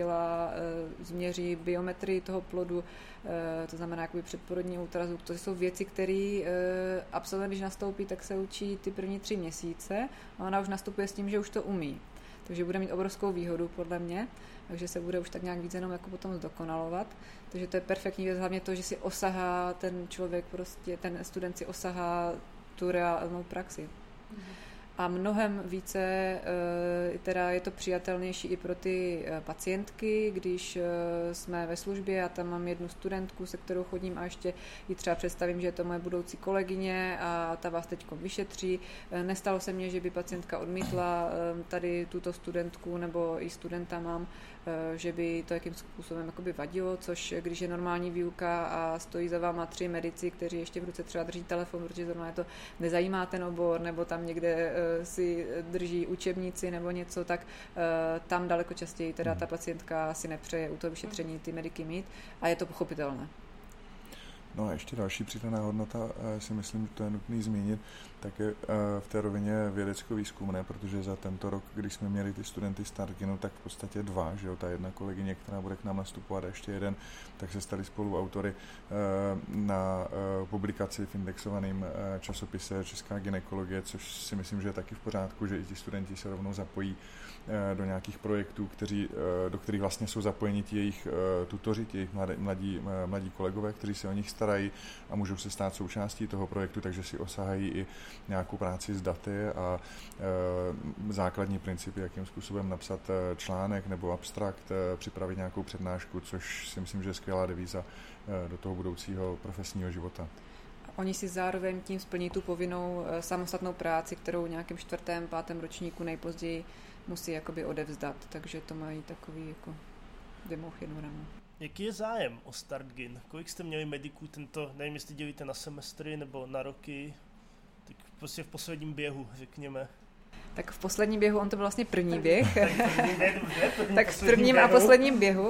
změří biometrii toho plodu, to znamená jakoby předporodní ultrazvuk. To jsou věci, které absolvent, když nastoupí, tak se učí ty první 3 měsíce a ona už nastupuje s tím, že už to umí. Takže bude mít obrovskou výhodu podle mě, takže se bude už tak nějak víc jenom jako potom zdokonalovat. Takže to je perfektní věc, hlavně to, že si osahá ten člověk, prostě ten student si osahá tu reálnou praxi. A mnohem více teda je to přijatelnější i pro ty pacientky, když jsme ve službě a tam mám jednu studentku, se kterou chodím a ještě ji třeba představím, že je to moje budoucí kolegyně a ta vás teď vyšetří. Nestalo se mně, že by pacientka odmítla tady tuto studentku nebo i studenta mám, že by to jakým způsobem jakoby vadilo, což když je normální výuka a stojí za váma 3 medici, kteří ještě v ruce třeba drží telefon, protože zrovna je to nezajímá ten obor, nebo tam někde si drží učebnici nebo něco, tak tam daleko častěji teda ta pacientka si nepřeje u toho vyšetření ty mediky mít a je to pochopitelné. No a ještě další přidaná hodnota, si myslím, že to je nutný zmínit, tak je v té rovině vědecko-výzkumné, protože za tento rok, když jsme měli ty studenty StartGenu, tak v podstatě 2, že jo, ta jedna kolegyně, která bude k nám nastupovat a ještě jeden, tak se stali spoluautory na publikaci v indexovaném časopise Česká gynekologie, což si myslím, že je taky v pořádku, že i ti studenti se rovnou zapojí do nějakých projektů, do kterých vlastně jsou zapojeni ti jejich tutoři, ti jejich mladí kolegové, kteří se o nich starají a můžou se stát součástí toho projektu, takže si osahají i nějakou práci s daty a základní principy, jakým způsobem napsat článek nebo abstrakt, připravit nějakou přednášku, což si myslím, že je skvělá devíza do toho budoucího profesního života. Oni si zároveň tím splní tu povinnou samostatnou práci, kterou nějakým 4., 5. ročníku nejpozději musí jakoby odevzdat, takže to mají takový jako vymouch jednu ranu. Jaký je zájem o StartGen? Kolik jste měli mediků tento, nevím, jestli dělíte na semestry nebo na roky, tak prostě v posledním běhu, řekněme. Tak v posledním běhu, on to byl vlastně první běh. Tak v prvním a posledním běhu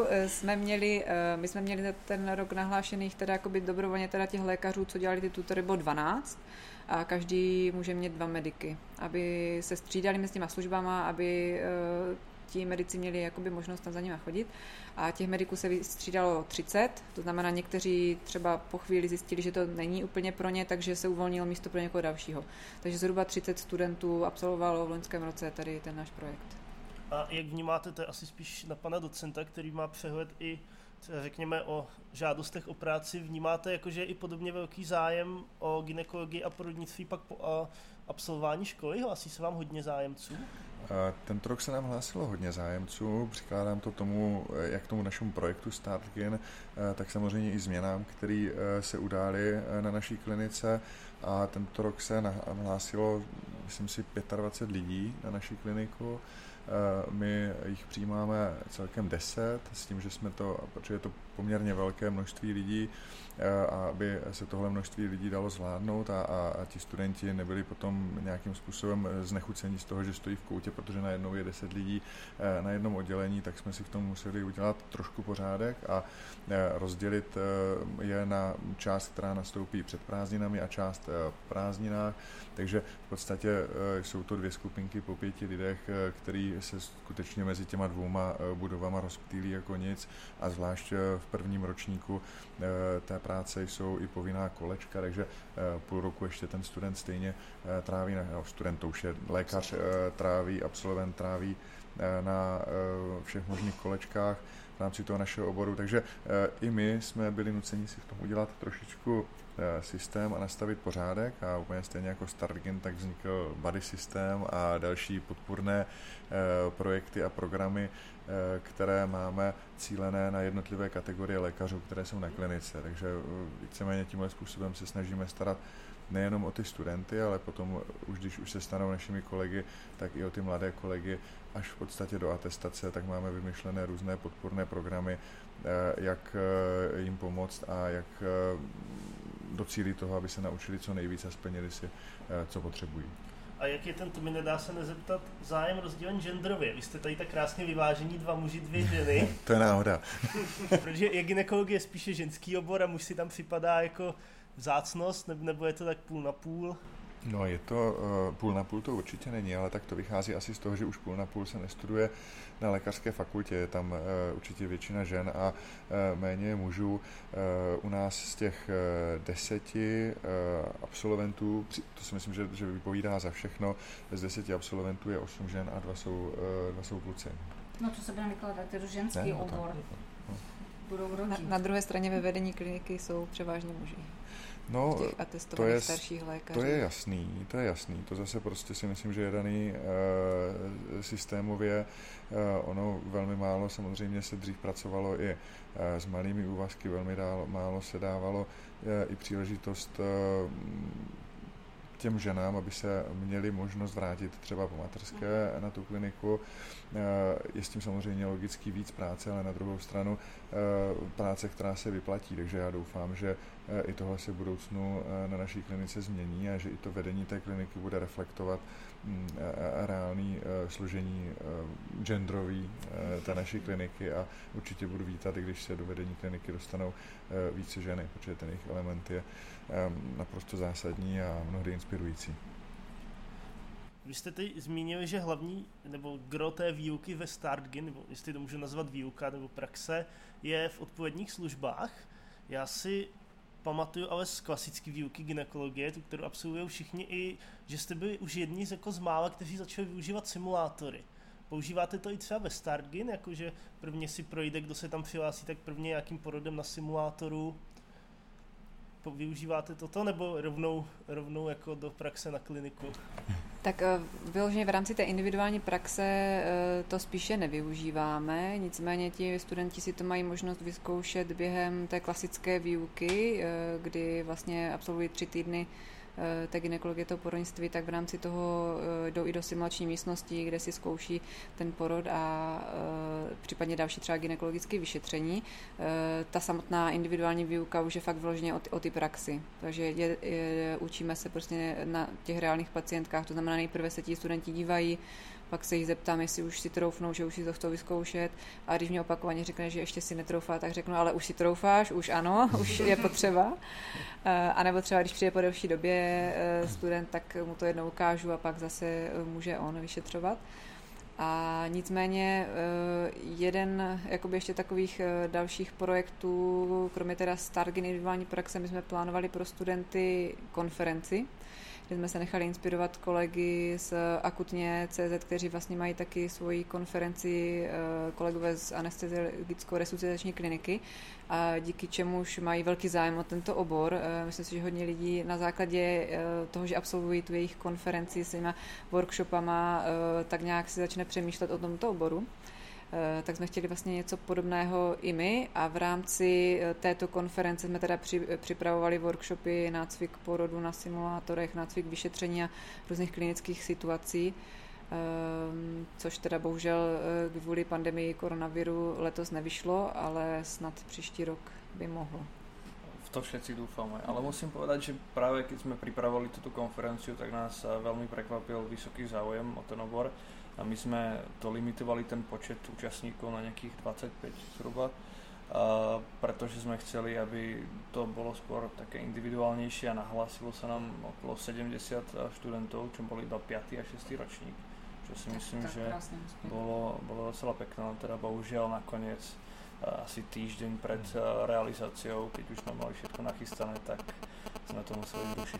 my jsme měli ten rok nahlášených teda jakoby dobrovolně teda těch lékařů, co dělali ty tutory, bylo 12 a každý může mít 2 mediky, aby se střídali mezi těma službama, aby ti medici měli jakoby možnost tam za nimi chodit a těch mediků se střídalo 30, to znamená někteří třeba po chvíli zjistili, že to není úplně pro ně, takže se uvolnilo místo pro někoho dalšího. Takže zhruba 30 studentů absolvovalo v loňském roce tady ten náš projekt. A jak vnímáte, to je asi spíš na pana docenta, který má přehled i řekněme o žádostech o práci, vnímáte jakože je i podobně velký zájem o gynekologii a porodnictví pak po absolvování školy? Hlásí se vám hodně zájemců? Tento rok se nám hlásilo hodně zájemců, přikládám to tomu, jak tomu našemu projektu StartGyn, tak samozřejmě i změnám, které se udály na naší klinice, a tento rok se hlásilo, myslím si, 25 lidí na naší kliniku. My jich přijímáme celkem 10, s tím, že protože je to poměrně velké množství lidí, a aby se tohle množství lidí dalo zvládnout a ti studenti nebyli potom nějakým způsobem znechucení z toho, že stojí v koutě, protože najednou je 10 lidí na jednom oddělení, tak jsme si v tom museli udělat trošku pořádek a rozdělit je na část, která nastoupí před prázdninami, a část po prázdninách, takže v podstatě jsou to 2 skupinky po 5 lidech, který se skutečně mezi těma 2 budovama rozptýlí jako nic, a zvlášť v prvním ročníku té práce jsou i povinná kolečka, takže půl roku ještě ten student stejně tráví, student to už je lékař, absolvent tráví na všech možných kolečkách v rámci toho našeho oboru, takže i my jsme byli nuceni si v tom udělat trošičku systém a nastavit pořádek, a úplně stejně jako StartGyn, tak vznikl buddy systém a další podpůrné projekty a programy, které máme cílené na jednotlivé kategorie lékařů, které jsou na klinice, takže víceméně tímhle způsobem se snažíme starat nejenom o ty studenty, ale potom, když už se stanou našimi kolegy, tak i o ty mladé kolegy až v podstatě do atestace, tak máme vymyšlené různé podpůrné programy, jak jim pomoct a jak docílit toho, aby se naučili co nejvíc a splnili si, co potřebují. A jak je to mi nedá se nezeptat, zájem rozdělen genderově? Vy jste tady tak krásně vyvážení 2 muži, 2 ženy. To je náhoda. Protože je gynekologie spíše ženský obor a muž si tam připadá jako vzácnost, nebo je to tak půl na půl? No, je to půl na půl, to určitě není, ale tak to vychází asi z toho, že už půl na půl se nestuduje na lékařské fakultě, je tam určitě většina žen a méně mužů. U nás z těch 10 absolventů, to si myslím, že vypovídá za všechno, z 10 absolventů je 8 žen a 2 jsou kluci. No to se budeme vykládat, je to ženský obor. Budou na druhé straně ve vedení kliniky jsou převážně muži. No, těch atestovaných starších lékařů. To je jasný. To zase prostě si myslím, že je daný systémově. Ono velmi málo samozřejmě se dřív pracovalo i s malými úvazky, velmi málo se dávalo i příležitost těm ženám, aby se měli možnost vrátit třeba po mateřské na tu kliniku. Je s tím samozřejmě logicky víc práce, ale na druhou stranu práce, která se vyplatí, takže já doufám, že i tohle se v budoucnu na naší klinice změní a že i to vedení té kliniky bude reflektovat reálný složení genderový té naší kliniky, a určitě budu vítat, i když se do vedení kliniky dostanou více ženy, protože ten jejich element je naprosto zásadní a mnohdy inspirující. Vy jste teď zmínili, že hlavní nebo gro té výuky ve StartGyn, nebo jestli to můžu nazvat výuka nebo praxe, je v odpoledních službách. Já si pamatuju ale z klasické výuky gynekologie, tu, kterou absolvují všichni, i že jste byli už jedni z mála, kteří začali využívat simulátory. Používáte to i třeba ve StartGyn, jakože prvně si projde, kdo se tam přihlásí, tak prvně nějakým porodem na simulátoru? Využíváte toto, nebo rovnou jako do praxe na kliniku? Tak vyloženě v rámci té individuální praxe to spíše nevyužíváme, nicméně ti studenti si to mají možnost vyzkoušet během té klasické výuky, kdy vlastně absolvují 3 týdny té gynekologie, toho porodnictví, tak v rámci toho jdou i do simulační místnosti, kde si zkouší ten porod a případně další třeba gynekologické vyšetření. Ta samotná individuální výuka už je fakt vyloženě o ty praxi, takže učíme se prostě na těch reálných pacientkách, to znamená nejprve se ti studenti dívají, pak se jich zeptám, jestli už si troufnou, že už si to chcou vyzkoušet, a když mě opakovaně řekne, že ještě si netroufá, tak řeknu, ale už si troufáš, už ano, už je potřeba. A nebo třeba, když přijde po delší době student, tak mu to jednou ukážu a pak zase může on vyšetřovat. A nicméně jeden jakoby ještě takových dalších projektů, kromě teda StartGyn individuální praxe, my jsme plánovali pro studenty konferenci, kde jsme se nechali inspirovat kolegy z Akutně.cz, kteří vlastně mají taky svoji konferenci, kolegové z anesteziologicko-resuscitační kliniky, a díky čemuž mají velký zájem o tento obor. Myslím si, že hodně lidí na základě toho, že absolvují tu jejich konferenci s těma workshopama, tak nějak si začne přemýšlet o tomto oboru. Tak jsme chtěli vlastně něco podobného i my a v rámci této konference jsme teda připravovali workshopy, nácvik porodu na simulátorech, nácvik vyšetření a různých klinických situací, což teda bohužel kvůli pandemii koronaviru letos nevyšlo, ale snad příští rok by mohlo. V to všetci dúfame, ale musím povedať, že práve keď sme pripravovali túto konferenciu, tak nás veľmi prekvapil vysoký záujem o ten obor a my sme to limitovali ten počet účastníkov na nejakých 25 zhruba, pretože sme chceli, aby to bolo skôr také individuálnejšie a nahlásilo sa nám okolo 70 študentov, čo boli iba 5. a 6. ročník, čo si myslím, že bolo docela pekné, teda bohužiaľ nakoniec asi týždeň pred realizáciou, keď už sme mali všetko nachystané, tak sme to museli zrušiť.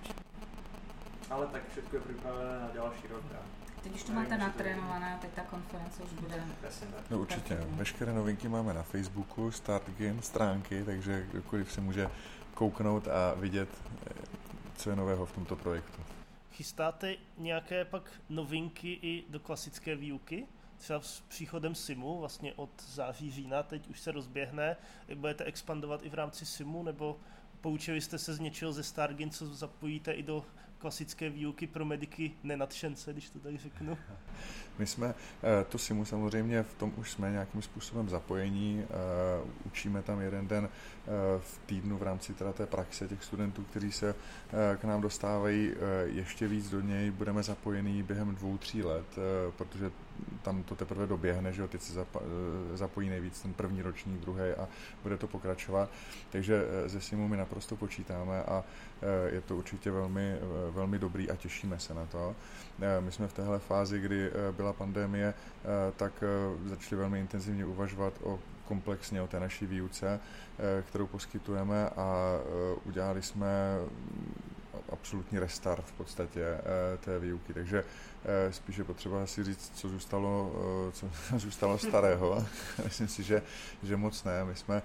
Ale tak všetko je pripravené na ďalší rok. Teď už to máte natrénované, teď ta konference už bude. No určitě, veškeré novinky máme na Facebooku, StartGin, stránky, takže kdokoliv se může kouknout a vidět, co je nového v tomto projektu. Chystáte nějaké pak novinky i do klasické výuky? Třeba s příchodem SIMu, vlastně od září, října, teď už se rozběhne. Budete expandovat i v rámci SIMu, nebo poučili jste se z něčeho ze StartGin, co zapojíte i do klasické výuky pro mediky nenadšence, když to tak řeknu? My jsme to SIMu samozřejmě v tom už jsme nějakým způsobem zapojení, učíme tam jeden den v týdnu v rámci teda té praxe těch studentů, kteří se k nám dostávají, ještě víc do něj budeme zapojení během 2-3 let, protože tam to teprve doběhne, že jo, teď se zapojí nejvíc ten první ročník, druhý a bude to pokračovat, takže ze SIMu my naprosto počítáme a je to určitě velmi, velmi dobrý a těšíme se na to. My jsme v téhle fázi, kdy byla pandemie, tak začali velmi intenzivně uvažovat komplexně o té naší výuce, kterou poskytujeme a udělali jsme absolutní restart v podstatě té výuky, takže spíše potřeba si říct, co zůstalo starého. Myslím si, že moc ne. My jsme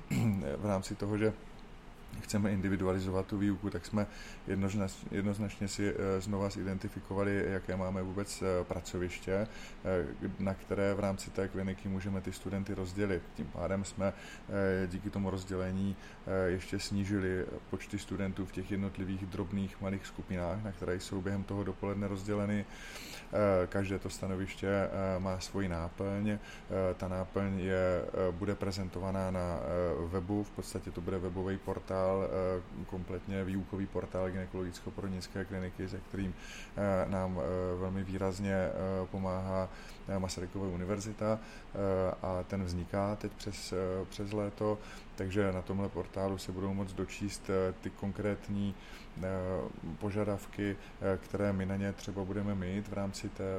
v rámci toho, že chceme individualizovat tu výuku, tak jsme jednoznačně si znova zidentifikovali, jaké máme vůbec pracoviště, na které v rámci té kliniky můžeme ty studenty rozdělit. Tím pádem jsme díky tomu rozdělení ještě snížili počty studentů v těch jednotlivých drobných malých skupinách, na které jsou během toho dopoledne rozděleny. Každé to stanoviště má svoji náplň. Ta náplň bude prezentovaná na webu, v podstatě to bude webový portál, kompletně výukový portál gynekologicko-porodnické kliniky, se kterým nám velmi výrazně pomáhá Masarykova univerzita a ten vzniká teď přes léto, takže na tomhle portálu se budou moct dočíst ty konkrétní požadavky, které my na ně třeba budeme mít v rámci té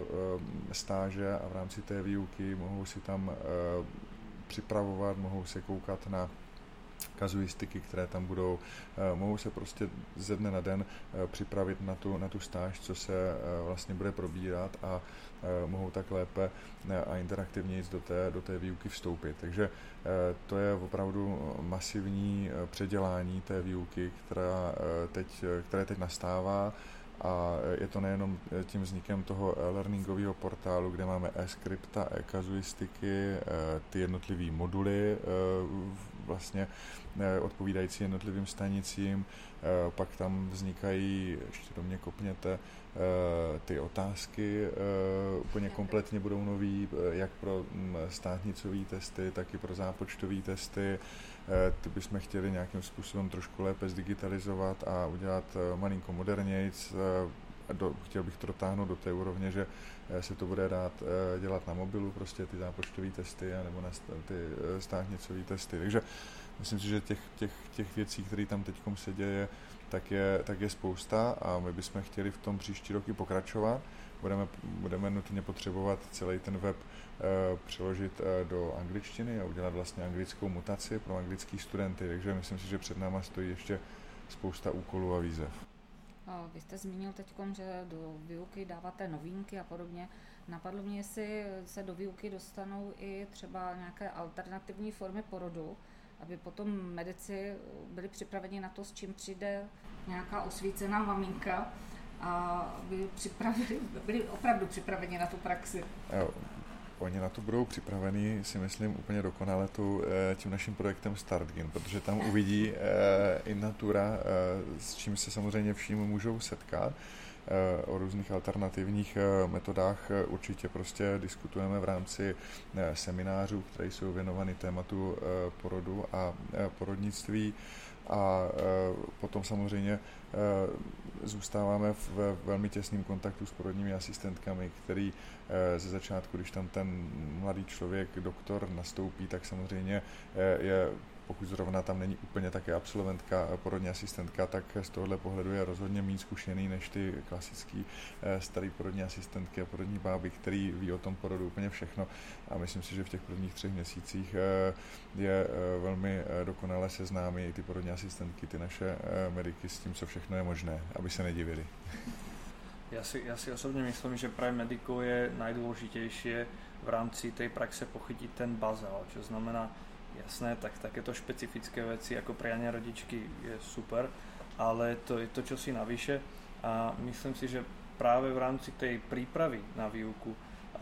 stáže a v rámci té výuky, mohou si tam připravovat, mohou se koukat na kazuistiky, které tam budou, mohou se prostě ze dne na den připravit na tu stáž, co se vlastně bude probírat a mohou tak lépe a interaktivněji do té výuky vstoupit. Takže to je opravdu masivní předělání té výuky, které teď nastává. A je to nejenom tím vznikem toho learningového portálu, kde máme e-skripta, e-kazuistiky, ty jednotlivé moduly vlastně odpovídající jednotlivým stanicím, pak tam vznikají, ještě do mě kopněte, ty otázky úplně kompletně budou nový, jak pro státnicové testy, tak i pro zápočtové testy. Ty bychom chtěli nějakým způsobem trošku lépe zdigitalizovat a udělat malinko modernějc. Chtěl bych to dotáhnout do té úrovně, že se to bude dát dělat na mobilu, prostě ty zápočtové testy nebo na ty státnicové testy. Takže myslím si, že těch věcí, které tam teď se děje, tak je spousta a my bychom chtěli v tom příští roky pokračovat. Budeme nutně potřebovat celý ten web přeložit do angličtiny a udělat vlastně anglickou mutaci pro anglický studenty, takže myslím si, že před náma stojí ještě spousta úkolů a výzev. Vy jste zmínil teď, že do výuky dáváte novinky a podobně. Napadlo mě, jestli se do výuky dostanou i třeba nějaké alternativní formy porodu, aby potom medici byli připraveni na to, s čím přijde nějaká osvícená maminka, a aby byli opravdu připraveni na tu praxi. Oni na to budou připraveni, si myslím, úplně dokonale tím naším projektem StartGyn, protože tam uvidí in natura, s čím se samozřejmě vším můžou setkat. O různých alternativních metodách určitě prostě diskutujeme v rámci seminářů, které jsou věnovány tématu porodu a porodnictví. A potom samozřejmě zůstáváme v velmi těsném kontaktu s porodními asistentkami, který ze začátku, když tam ten mladý člověk, doktor nastoupí, tak samozřejmě je, pokud zrovna tam není úplně také absolventka, porodní asistentka, tak z tohohle pohledu je rozhodně méně zkušený než ty klasický starý porodní asistentky a porodní báby, který ví o tom porodu úplně všechno. A myslím si, že v těch prvních 3 měsících je velmi dokonale seznámí i ty porodní asistentky, ty naše mediky s tím, co všechno je možné, aby se nedivili. Ja si osobne myslím, že pre medikov je najdôležitejšie v rámci tej praxe pochytiť ten bazál, čo znamená, jasné, tak takéto špecifické veci ako prianie rodičky je super, ale to je to čosi navyše a myslím si, že práve v rámci tej prípravy na výuku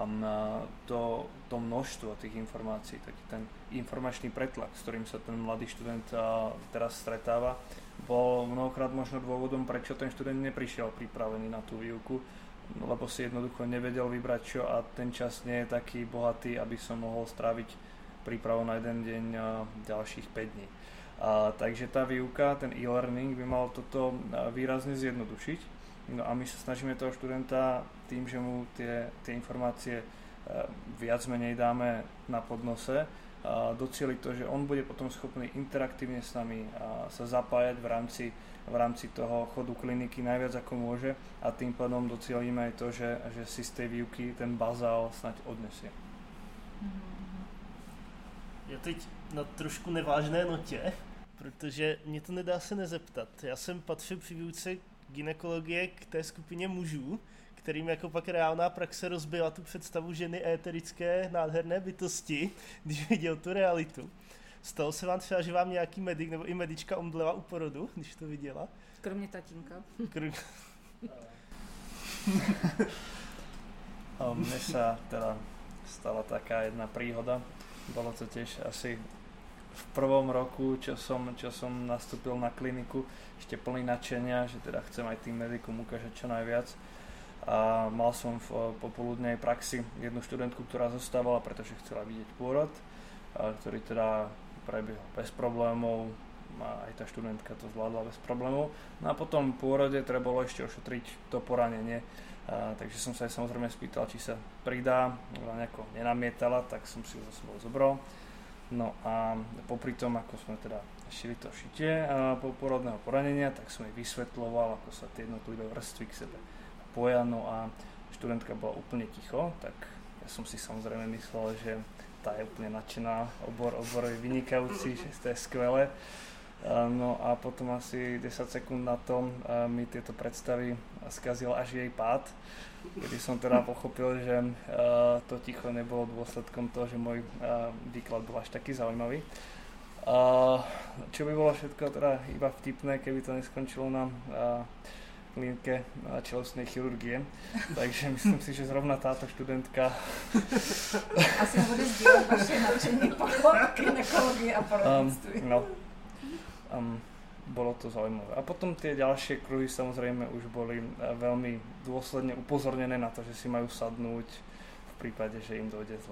to množstvo tých informácií, taký ten informačný pretlak, s ktorým sa ten mladý študent teraz stretáva, bol mnohokrát možno dôvodom, prečo ten študent neprišiel pripravený na tú výuku, lebo si jednoducho nevedel vybrať čo a ten čas nie je taký bohatý, aby som mohol stráviť prípravu na jeden deň ďalších 5 dní. Takže tá výuka, ten e-learning by mal toto výrazne zjednodušiť. No a my sa snažíme toho študenta tým, že mu tie informácie viac menej dáme na podnose, docieliť to, že on bude potom schopný interaktívne s nami sa zapájať v rámci toho chodu kliniky najviac ako môže a tým pádom docielíme aj to, že si z tej výuky ten bazál snáď odnesie. Já teď na trošku nevážné notě, protože mě to nedá se nezeptat. Já jsem patřil při výuce gynekologie k té skupině mužů, kterým jako pak reálná praxe rozbila tu představu ženy éterické nádherné bytosti, když viděl tu realitu. Stalo se vám třeba, že vám nějaký medic nebo i medička omdlela u porodu, když to viděla? Kromě tatínka. Mne sa teda stala taká jedna príhoda. Bolo to tiež asi v prvom roku, čo som nastúpil na kliniku, ešte plný nadšenia, že teda chcem aj tým medikom ukážať čo najviac. A mal som v popoludnej praxi jednu študentku, ktorá zostávala, pretože chcela vidieť pôrod, ktorý teda prebiehol bez problémov, a aj tá študentka to zvládla bez problémov. No a potom v pôrode trebalo ešte ošetriť to poranenie, takže som sa aj samozrejme spýtal, či sa pridá, ona nejako nenamietala, tak som si ju za sebou zobral. No a popri tom, ako sme teda šili to šitie porodného poranenia, tak som jej vysvetľoval, ako sa tie jednotlivé vrstvy k sebe poja, no a študentka bola úplne ticho, tak ja som si samozrejme myslel, že tá je úplne nadšená, obor je vynikajúci, že to je skvelé. No a potom asi 10 sekúnd na tom mi tieto predstavy skazil až jej pád, kedy som teda pochopil, že to ticho nebolo dôsledkom toho, že môj výklad bol až taký zaujímavý. Čo by bolo všetko teda iba vtipné, keby to neskončilo na klinike čelostnej chirurgie, takže myslím si, že zrovna táto študentka asi bude sdílet vaše nadšení po gynekologii a porodnictví. Bolo to zaujímavé. A potom tie ďalšie kruhy samozrejme už boli veľmi dôsledne upozornené na to, že si majú sadnúť v prípade, že im dojde zle.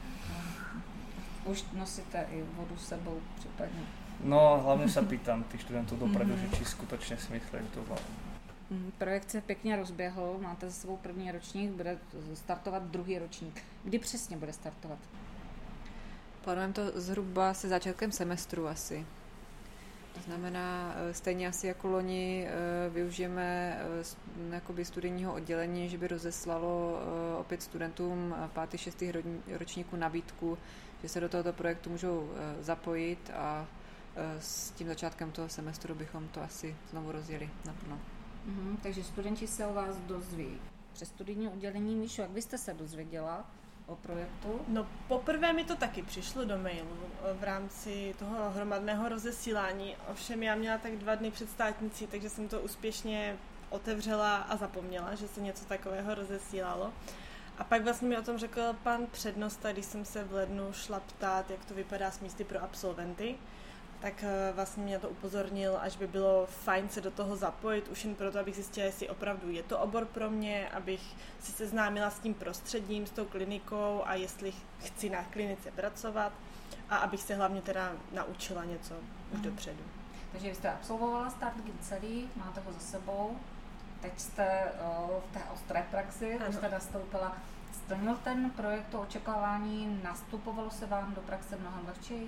Už nosíte i vodu s sebou prípadne? No, hlavne sa pýtam tých študentov dopredu, že či skutočne si myslia, že to zvládnu. Projekt se pěkně rozběhl, máte za sebou první ročník, bude startovat druhý ročník. Kdy přesně bude startovat? Plánujeme to zhruba se začátkem semestru asi. To znamená, stejně asi jako loni využijeme jakoby studijního oddělení, že by rozeslalo opět studentům 5. 6. ročníku nabídku, že se do tohoto projektu můžou zapojit a s tím začátkem toho semestru bychom to asi znovu rozjeli naplno. Takže studenti se o vás dozví přes studijní oddělení. Míšo, jak vy jste se dozvěděla o projektu? No poprvé mi to taky přišlo do mailu v rámci toho hromadného rozesílání, ovšem já měla tak 2 dny před státnicí, takže jsem to úspěšně otevřela a zapomněla, že se něco takového rozesílalo. A pak vlastně mi o tom řekl pan přednosta, když jsem se v lednu šla ptát, jak to vypadá s místy pro absolventy, tak vlastně mě to upozornil, až by bylo fajn se do toho zapojit, už jen proto, abych zjistila, jestli opravdu je to obor pro mě, abych si seznámila s tím prostředím, s tou klinikou a jestli chci na klinice pracovat a abych se hlavně teda naučila něco už dopředu. Takže vy jste absolvovala StartGin celý, máte ho za sebou, teď jste v té ostré praxi, už jste nastoupila. Splnil ten projekt to očekávání, nastupovalo se vám do praxe mnohem lehčeji?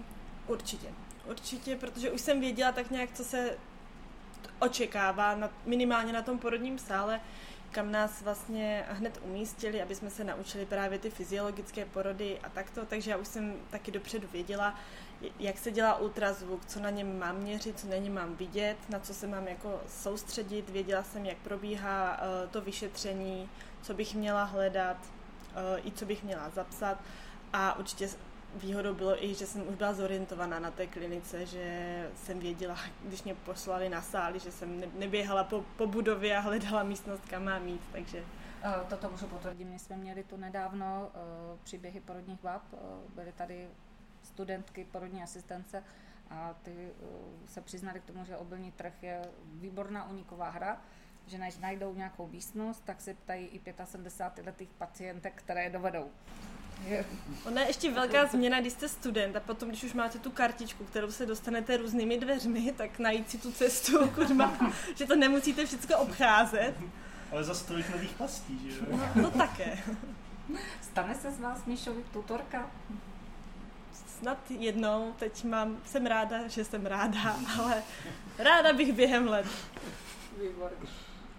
Určitě, protože už jsem věděla tak nějak, co se očekává, minimálně na tom porodním sále, kam nás vlastně hned umístili, aby jsme se naučili právě ty fyziologické porody a takto, takže já už jsem taky dopředu věděla, jak se dělá ultrazvuk, co na něm mám měřit, co na něm mám vidět, na co se mám jako soustředit, věděla jsem, jak probíhá to vyšetření, co bych měla hledat, i co bych měla zapsat a určitě výhodou bylo i, že jsem už byla zorientovaná na té klinice, že jsem věděla, když mě poslali na sály, že jsem neběhala po budově a hledala místnost, kam mám jít, takže... Toto můžu potvrdit, my jsme měli tu nedávno příběhy porodních bab, byly tady studentky porodní asistence a ty se přiznali k tomu, že obilní trh je výborná úniková hra, že než najdou nějakou místnost, tak se ptají i 75letých pacientek, které je dovedou. Ona je ještě velká změna, když jste student a potom, když už máte tu kartičku, kterou se dostanete různými dveřmi, tak najít si tu cestu, že to nemusíte všechno obcházet. Ale za tolik nových pastí, že jo? No také. Stane se z vás, Míšovi, tutorka? Snad jednou, teď jsem ráda, že jsem ráda, ale ráda bych během let. Výborně.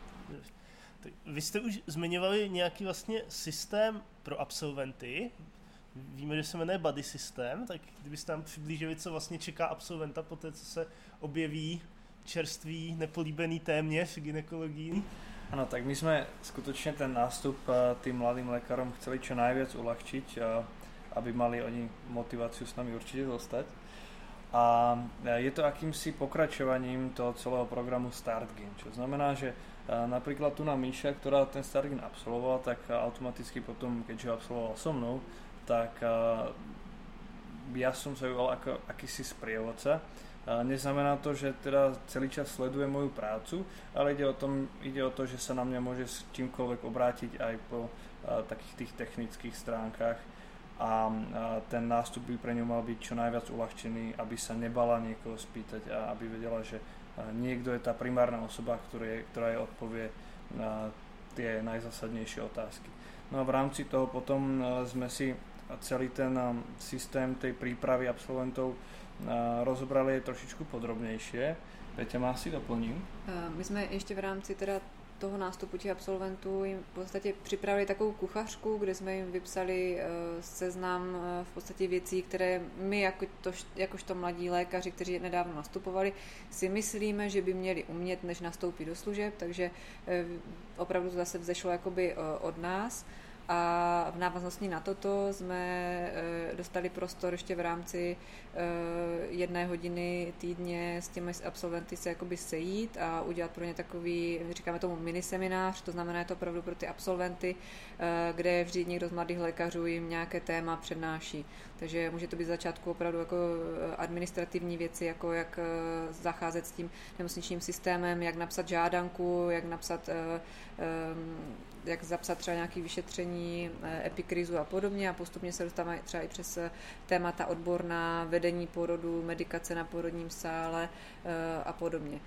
Vy jste už zmiňovali nějaký vlastně systém pro absolventy. Víme, že se jmenuje Buddy systém, tak kdybyste tam přiblížili, co vlastně čeká absolventa po té, co se objeví čerstvý, nepolíbený téměř gynekologii. Áno, tak my sme skutočne ten nástup tým mladým lekárom chceli čo najviac uľahčiť, aby mali oni motiváciu s nami určite zostať. A je to akýmsi pokračovaním toho celého programu StartGin, čo znamená, že napríklad tu na Míša, ktorá ten StartGin absolvovala, tak automaticky potom, keďže ho absolvoval so mnou, tak ja som sa ujal ako akýsi sprievodca. Neznamená to, že teda celý čas sleduje moju prácu, ale ide o to, že sa na mňa môže s čímkoľvek obrátiť aj po takých tých technických stránkach a ten nástup by pre ňu mal byť čo najviac uľahčený, aby sa nebala niekoho spýtať a aby vedela, že niekto je tá primárna osoba, ktorá jej odpovie na tie najzásadnejšie otázky. No a v rámci toho potom sme si celý ten systém tej prípravy absolventov rozobrali trošičku podrobnější. Peťa má si doplním. My jsme ještě v rámci teda toho nástupu těch absolventů jim v podstatě připravili takovou kuchařku, kde jsme jim vypsali seznam v podstatě věcí, které my jakožto mladí lékaři, kteří nedávno nastupovali, si myslíme, že by měli umět, než nastoupí do služeb, takže opravdu to zase vzešlo jakoby od nás. A v návaznosti na toto jsme dostali prostor ještě v rámci 1 hodiny týdně s těmi absolventy se jakoby sejít a udělat pro ně takový, říkáme tomu miniseminář, to znamená, je to opravdu pro ty absolventy, kde vždy někdo z mladých lékařů jim nějaké téma přednáší. Takže může to být z začátku opravdu jako administrativní věci, jako jak zacházet s tím nemocničním systémem, jak napsat žádanku, jak zapsat třeba nějaké vyšetření, epikrizu a podobně a postupně se dostáváme třeba i přes témata odborná, vedení porodu, medikace na porodním sále a podobně.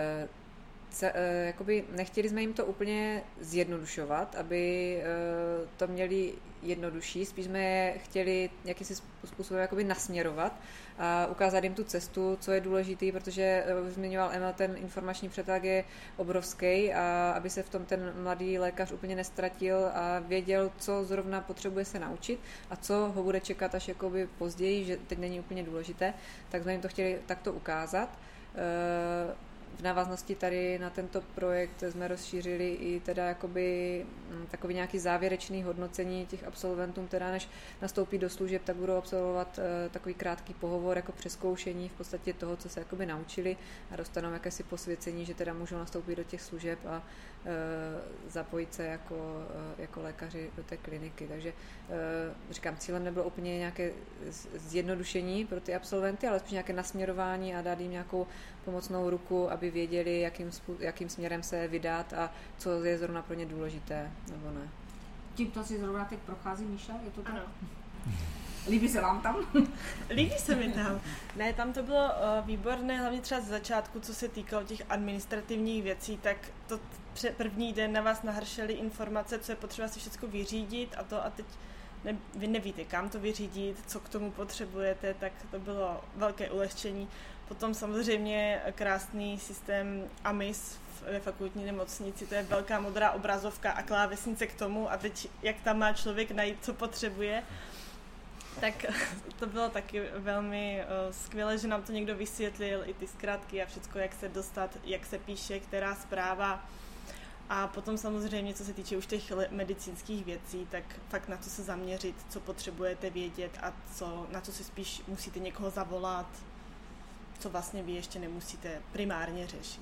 Jakoby nechtěli jsme jim to úplně zjednodušovat, aby to měli jednodušší, spíš jsme je chtěli jakýmsi způsobem jakoby nasměrovat a ukázat jim tu cestu, co je důležitý, protože zmiňoval Emil, ten informační přetlak je obrovský a aby se v tom ten mladý lékař úplně nestratil a věděl, co zrovna potřebuje se naučit a co ho bude čekat až jakoby později, že teď není úplně důležité, tak jsme jim to chtěli takto ukázat. v návaznosti tady na tento projekt jsme rozšířili i teda jakoby takový nějaký závěrečný hodnocení těch absolventům, teda než nastoupí do služeb, tak budou absolvovat takový krátký pohovor jako přezkoušení v podstatě toho, co se jakoby naučili a dostanou jakési posvěcení, že teda můžou nastoupit do těch služeb a zapojit se jako lékaři do té kliniky. Takže říkám, cílem nebylo úplně nějaké zjednodušení pro ty absolventy, ale spíš nějaké nasměrování a dát jim nějakou pomocnou ruku, aby věděli, jakým směrem se vydat a co je zrovna pro ně důležité, nebo ne. Tímto si zrovna teď prochází Míša, je to tak? Ano. Líbí se vám tam? Líbí se mi tam. Ne, tam to bylo výborné, hlavně třeba z začátku, co se týkalo těch administrativních věcí, tak to první den na vás nahršely informace, co je potřeba si všechno vyřídit a teď vy nevíte, kam to vyřídit, co k tomu potřebujete, tak to bylo velké ulehčení. Potom samozřejmě krásný systém AMIS ve fakultní nemocnici, to je velká modrá obrazovka a klávesnice k tomu a teď jak tam má člověk najít, co potřebuje, tak to bylo taky velmi skvělé, že nám to někdo vysvětlil, i ty zkratky a všechno, jak se dostat, jak se píše, která zpráva. A potom samozřejmě, co se týče už těch medicínských věcí, tak fakt na to se zaměřit, co potřebujete vědět a na co si spíš musíte někoho zavolat, co vlastně vy ještě nemusíte primárně řešit.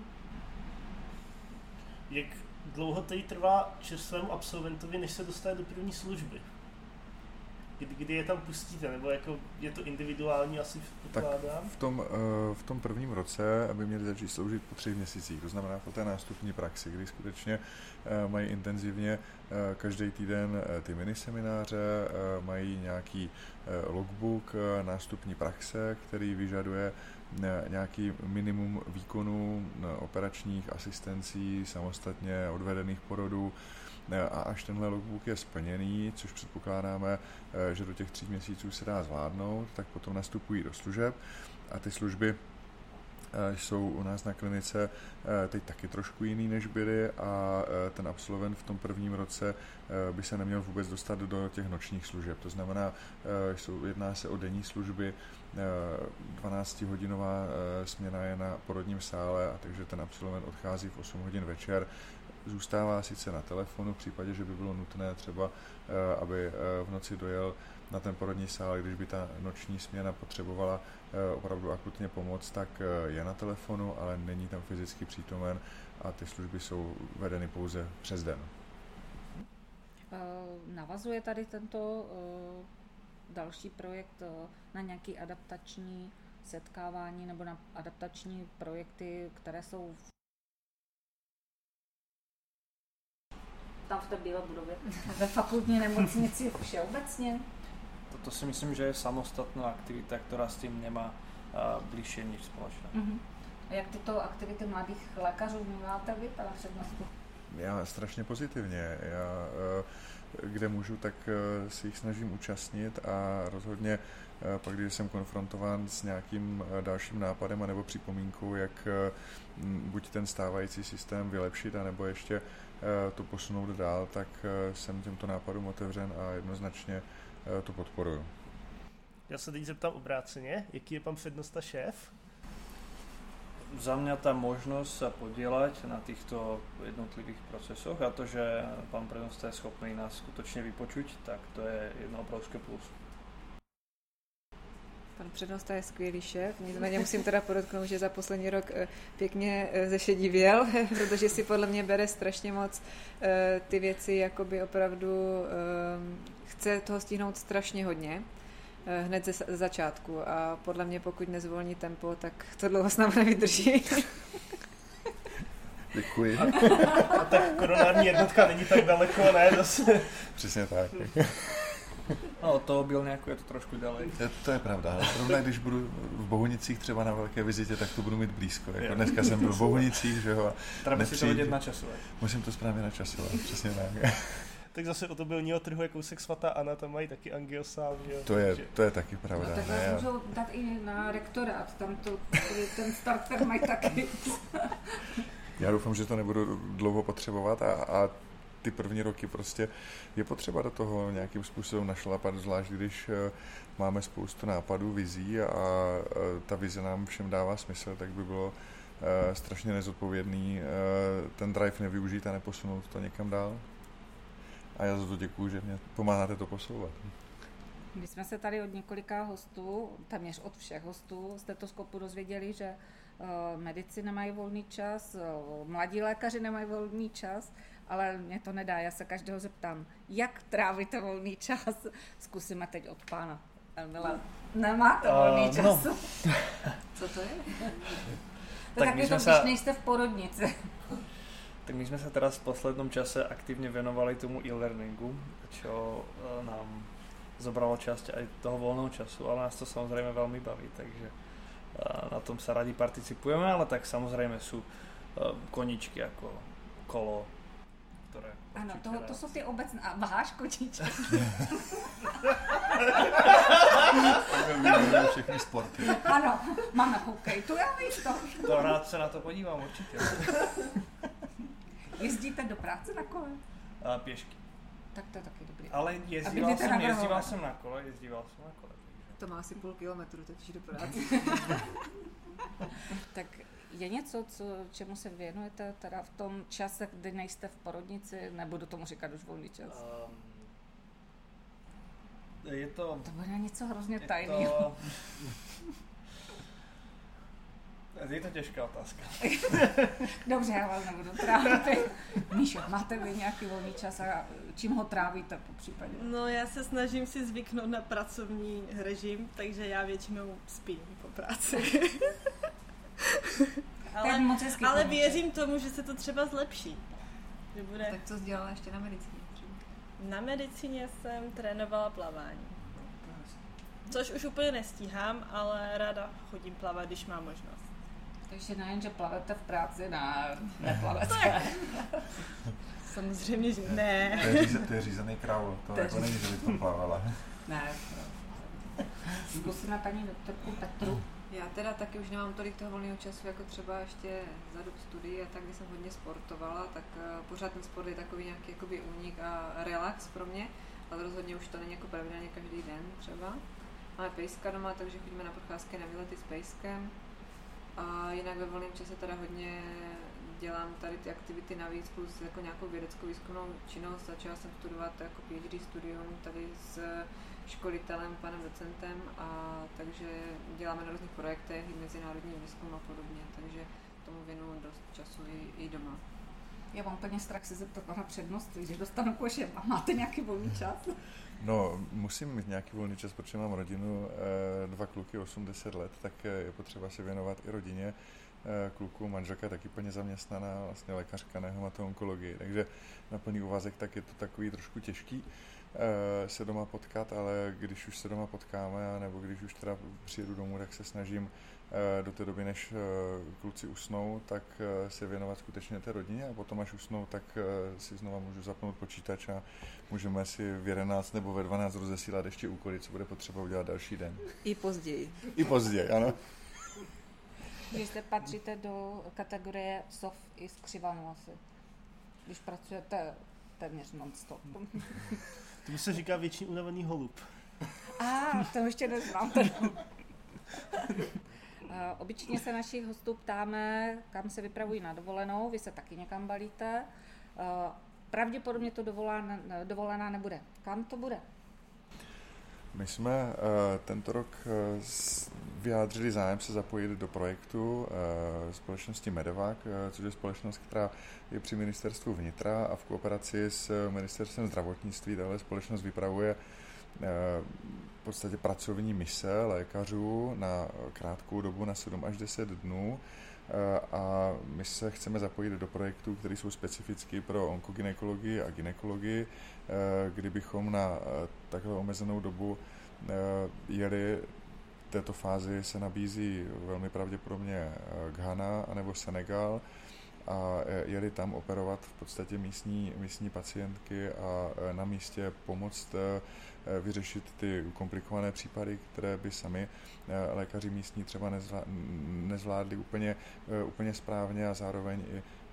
Jak dlouho tady trvá čerstvému absolventovi, než se dostane do první služby? Kdy je tam pustíte, nebo jako je to individuální, asi pokládám? V tom prvním roce by měli začít sloužit po 3 měsících, to znamená po té nástupní praxi, kdy skutečně mají intenzivně každý týden ty minisemináře, mají nějaký logbook nástupní praxe, který vyžaduje nějaký minimum výkonů operačních asistencí, samostatně odvedených porodů. A až tenhle logbook je splněný, což předpokládáme, že do těch 3 měsíců se dá zvládnout, tak potom nastupují do služeb a ty služby jsou u nás na klinice teď taky trošku jiný, než byly a ten absolvent v tom prvním roce by se neměl vůbec dostat do těch nočních služeb. To znamená, jedná se o denní služby, 12hodinová směna je na porodním sále, a takže ten absolvent odchází v 8 hodin večer. Zůstává sice na telefonu v případě, že by bylo nutné třeba, aby v noci dojel na ten porodní sál, když by ta noční směna potřebovala opravdu akutně pomoc, tak je na telefonu, ale není tam fyzicky přítomen a ty služby jsou vedeny pouze přes den. Navazuje tady tento další projekt na nějaké adaptační setkávání nebo na adaptační projekty, které jsou tam v té bílé budově, ve fakultní nemocnici všeobecně? Toto si myslím, že je samostatná aktivita, která s tím nemá bližšie nič společné. A jak tyto aktivity mladých lékařů vnímáte vy, pana přednostu? Já strašně pozitivně. Kde můžu, tak si jich snažím účastnit a rozhodně pak, když jsem konfrontován s nějakým dalším nápadem anebo připomínkou, jak buď ten stávající systém vylepšit, anebo ještě to posunout dál, tak jsem těmto nápadům otevřen a jednoznačně to podporuji. Já se teď zeptám obráceně, jaký je pan přednosta šéf? Za mňa tá možnosť sa podieľať na týchto jednotlivých procesoch a to, že pán prednosta je schopný nás skutočne vypočuť, tak to je jedno obrovské plus. Pan přednosta je skvělý šéf, nicméně musím teda podotknout, že za poslední rok pěkně zešedivěl, protože si podle mě bere strašně moc ty věci, jakoby opravdu chce toho stihnout strašně hodně. Hned ze začátku a podle mě pokud nezvolní tempo, tak to dlouho s námi nevydrží. Děkuji. A tak koronární jednotka není tak daleko, ne? Zase. Přesně tak. No, od toho Bylňáku je to trošku dalej. To je pravda, ale zrovna když budu v Bohunicích třeba na velké vizitě, tak to budu mít blízko. Jako dneska jsem byl v Bohunicích, že jo. Treba si to vědět načasovat. Musím to správně načasovat, přesně tak. Tak zase od Bylního trhu je kousek svatá Anna, tam mají taky angiosál, že jo. To je taky pravda. No, tak můžou dát i na rektorát, tam ten starter mají taky. Já doufám, že to nebudu dlouho potřebovat a ty první roky prostě je potřeba do toho nějakým způsobem našlapat, zvlášť když máme spoustu nápadů, vizí a ta vize nám všem dává smysl, tak by bylo strašně nezodpovědný ten drive nevyužít a neposunout to někam dál. A já za to děkuju, že mě pomáháte to posouvat. My jsme se tady od několika hostů, téměř od všech hostů stetoskopu dozvěděli, že medici nemají volný čas, mladí lékaři nemají volný čas, ale mě to nedá, já se každého zeptám, jak trávíte volný čas? Zkusíme teď od pána Emila. Nemáte volný čas? No. Co to je? To Tak taky to, když nejste v porodnici. Tak my sme sa teraz v poslednom čase aktívne venovali tomu e-learningu, čo nám zobralo časť aj toho voľného času, ale nás to samozrejme veľmi baví, takže na tom sa radi participujeme, ale tak samozrejme sú koníčky ako kolo, ktoré... Ano, to jsou ty obecné. A váš koníček. Všechny sporty. Ano, máme hokej, to já vím to. To rád se na to podívám určitě. Jezdíte do práce na kole? Pěšky. Tak to je taky dobrý. Ale jezdíval jsem na kole. To má asi 0,5 kilometru totiž do práce. Tak je něco, čemu se věnujete teda v tom čase, kdy nejste v porodnici? Nebudu tomu říkat už volný čas. Je to... To bude něco hrozně tajného. Je to těžká otázka. Dobře, já vás nebudu trávit. Míšo, máte vy nějaký volný čas a čím ho trávíte po případě? No, já se snažím si zvyknout na pracovní režim, takže já většinou spím po práci. ale věřím tomu, že se to třeba zlepší. Že bude... Tak co jsi dělala ještě na medicíně? Na medicíně jsem trénovala plavání. Což už úplně nestíhám, ale ráda chodím plavat, když mám možnost. Takže nejen, že plavete v práci, neplavete. Samozřejmě, že ne. To je řízený král, to jako není, že by tam plavala. Ne. Zkusíme paní doktorku Petru. Já teda taky už nemám tolik toho volného času, jako třeba ještě za dob studií a tak, kdy jsem hodně sportovala, tak pořád ten sport je takový nějaký jakoby únik a relax pro mě, ale rozhodně už to není jako pravidelně každý den třeba. Máme pejska doma, takže chodíme na procházky na výlety s pejskem. A jinak ve volném čase teda hodně dělám tady ty aktivity navíc plus jako nějakou vědeckou výzkumnou činnost. Začala jsem studovat jako PhD studium tady s školitelem, panem docentem, a takže děláme na různých projektech i mezinárodní výzkum a podobně, takže tomu věnuju dost času i doma. Já mám úplně strach se zeptat pana přednosti, že dostanu košem. A máte nějaký volný čas? No, musím mít nějaký volný čas, protože mám rodinu, 2 kluky, 8-10 let, tak je potřeba se věnovat i rodině. Kluku, manželka je taky plně zaměstnaná, vlastně lékařka na hematoonkologii, takže na plný úvazek tak je to takový trošku těžký se doma potkat, ale když už se doma potkáme, nebo když už teda přijedu domů, tak se snažím do té doby, než kluci usnou, tak se věnovat skutečně té rodině, a potom, až usnou, tak si znova můžu zapnout počítač a můžeme si v 11 nebo ve 12 rozesílat ještě úkoly, co bude potřeba udělat další den. I později. I později, ano. Vy zde patříte do kategorie sov i skřivanů asi, když pracujete téměř non-stop. Tomu se říká větší unavený holub. To ještě neznám. Obyčejně se našich hostů ptáme, kam se vypravují na dovolenou, vy se taky někam balíte. Pravděpodobně to dovolená nebude. Kam to bude? My jsme tento rok vyjádřili zájem se zapojit do projektu společnosti Medevac, což je společnost, která je při ministerstvu vnitra, a v kooperaci s ministerstvem zdravotnictví tahle společnost vypravuje v podstatě pracovní mise lékařů na krátkou dobu, na 7 až 10 dnů. A my se chceme zapojit do projektů, které jsou specificky pro onkogynekologii a gynekologii, kdybychom na takhle omezenou dobu jeli. V této fázi se nabízí velmi pravděpodobně Ghana anebo Senegal, a jeli tam operovat v podstatě místní pacientky a na místě pomoct vyřešit ty komplikované případy, které by sami lékaři místní třeba nezvládli úplně správně, a zároveň i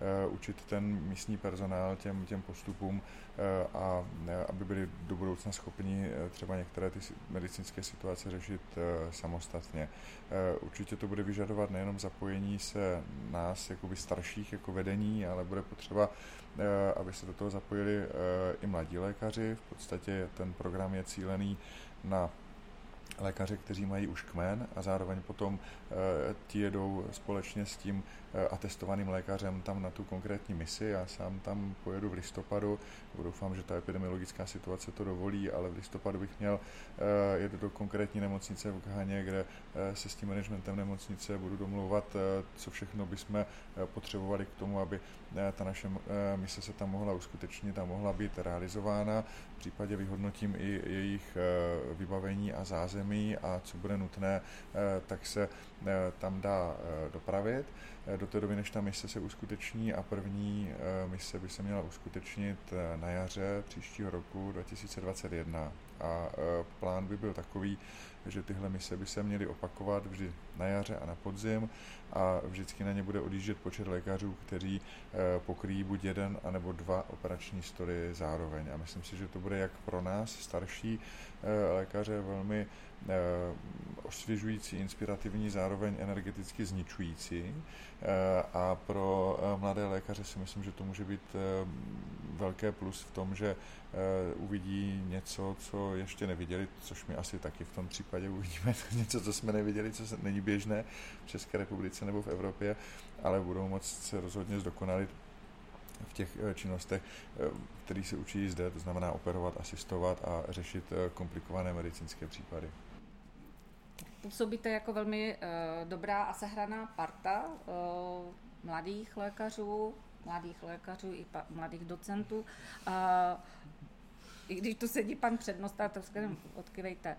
učit ten místní personál těm postupům a aby byli do budoucna schopni třeba některé ty medicínské situace řešit samostatně. Určitě to bude vyžadovat nejenom zapojení se nás, jakoby starších, jako vedení, ale bude potřeba, aby se do toho zapojili i mladí lékaři. V podstatě ten program je cílený na lékaře, kteří mají už kmen a zároveň potom ti jedou společně s tím atestovaným lékařem tam na tu konkrétní misi. Já sám tam pojedu v listopadu, doufám, že ta epidemiologická situace to dovolí, ale v listopadu bych měl jet do konkrétní nemocnice v Ghaně, kde se s tím managementem nemocnice budu domlouvat, co všechno bychom potřebovali k tomu, aby ta naše mise se tam mohla uskutečnit a mohla být realizována. V případě vyhodnotím i jejich vybavení a zázemí a co bude nutné, tak se tam dá dopravit. Do té doby, než ta mise se uskuteční a první mise by se měla uskutečnit na jaře příštího roku 2021. A plán by byl takový, že tyhle mise by se měly opakovat vždy na jaře a na podzim a vždycky na ně bude odjíždět počet lékařů, kteří pokryjí buď jeden anebo dva operační stoly zároveň. A myslím si, že to bude jak pro nás, starší lékaře, velmi osvěžující, inspirativní, zároveň energeticky zničující. A pro mladé lékaře si myslím, že to může být velké plus v tom, že uvidí něco, co ještě neviděli, což my asi taky v tom případě uvidíme něco, co jsme neviděli, co není běžné v České republice nebo v Evropě, ale budou moct se rozhodně zdokonalit v těch činnostech, které se učí zde, to znamená operovat, asistovat a řešit komplikované medicínské případy. Působíte jako velmi dobrá a sehraná parta mladých lékařů i mladých docentů. I když tu sedí pan přednosta, to odkyvejte.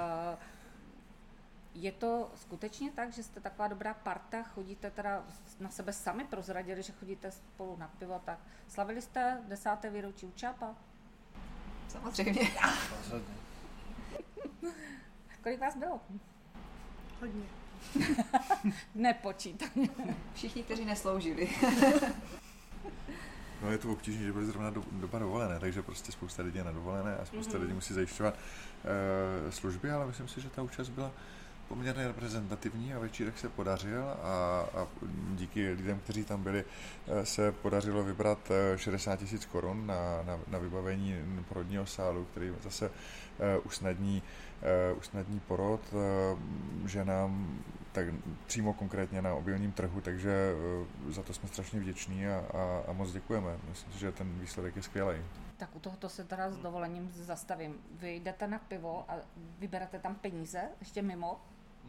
Je to skutečně tak, že jste taková dobrá parta, chodíte teda na sebe sami prozradili, že chodíte spolu na pivo, tak slavili jste 10. výročí UČAPa? Samozřejmě. Kolik vás bylo? Hodně. Nepočítaně. Všichni, kteří nesloužili. No je to obtížné, že byly zrovna doba dovolené, takže prostě spousta lidí je na dovolené a spousta lidí musí zajišťovat služby, ale myslím si, že ta účast byla poměrně reprezentativní a večírek se podařil a díky lidem, kteří tam byli, se podařilo vybrat 60 000 korun na vybavení porodního sálu, který zase usnadní porod ženám, tak přímo konkrétně na obilním trhu, takže za to jsme strašně vděční a moc děkujeme. Myslím si, že ten výsledek je skvělý. Tak u tohoto se teda s dovolením zastavím. Vy jdete na pivo a vyberete tam peníze, ještě mimo?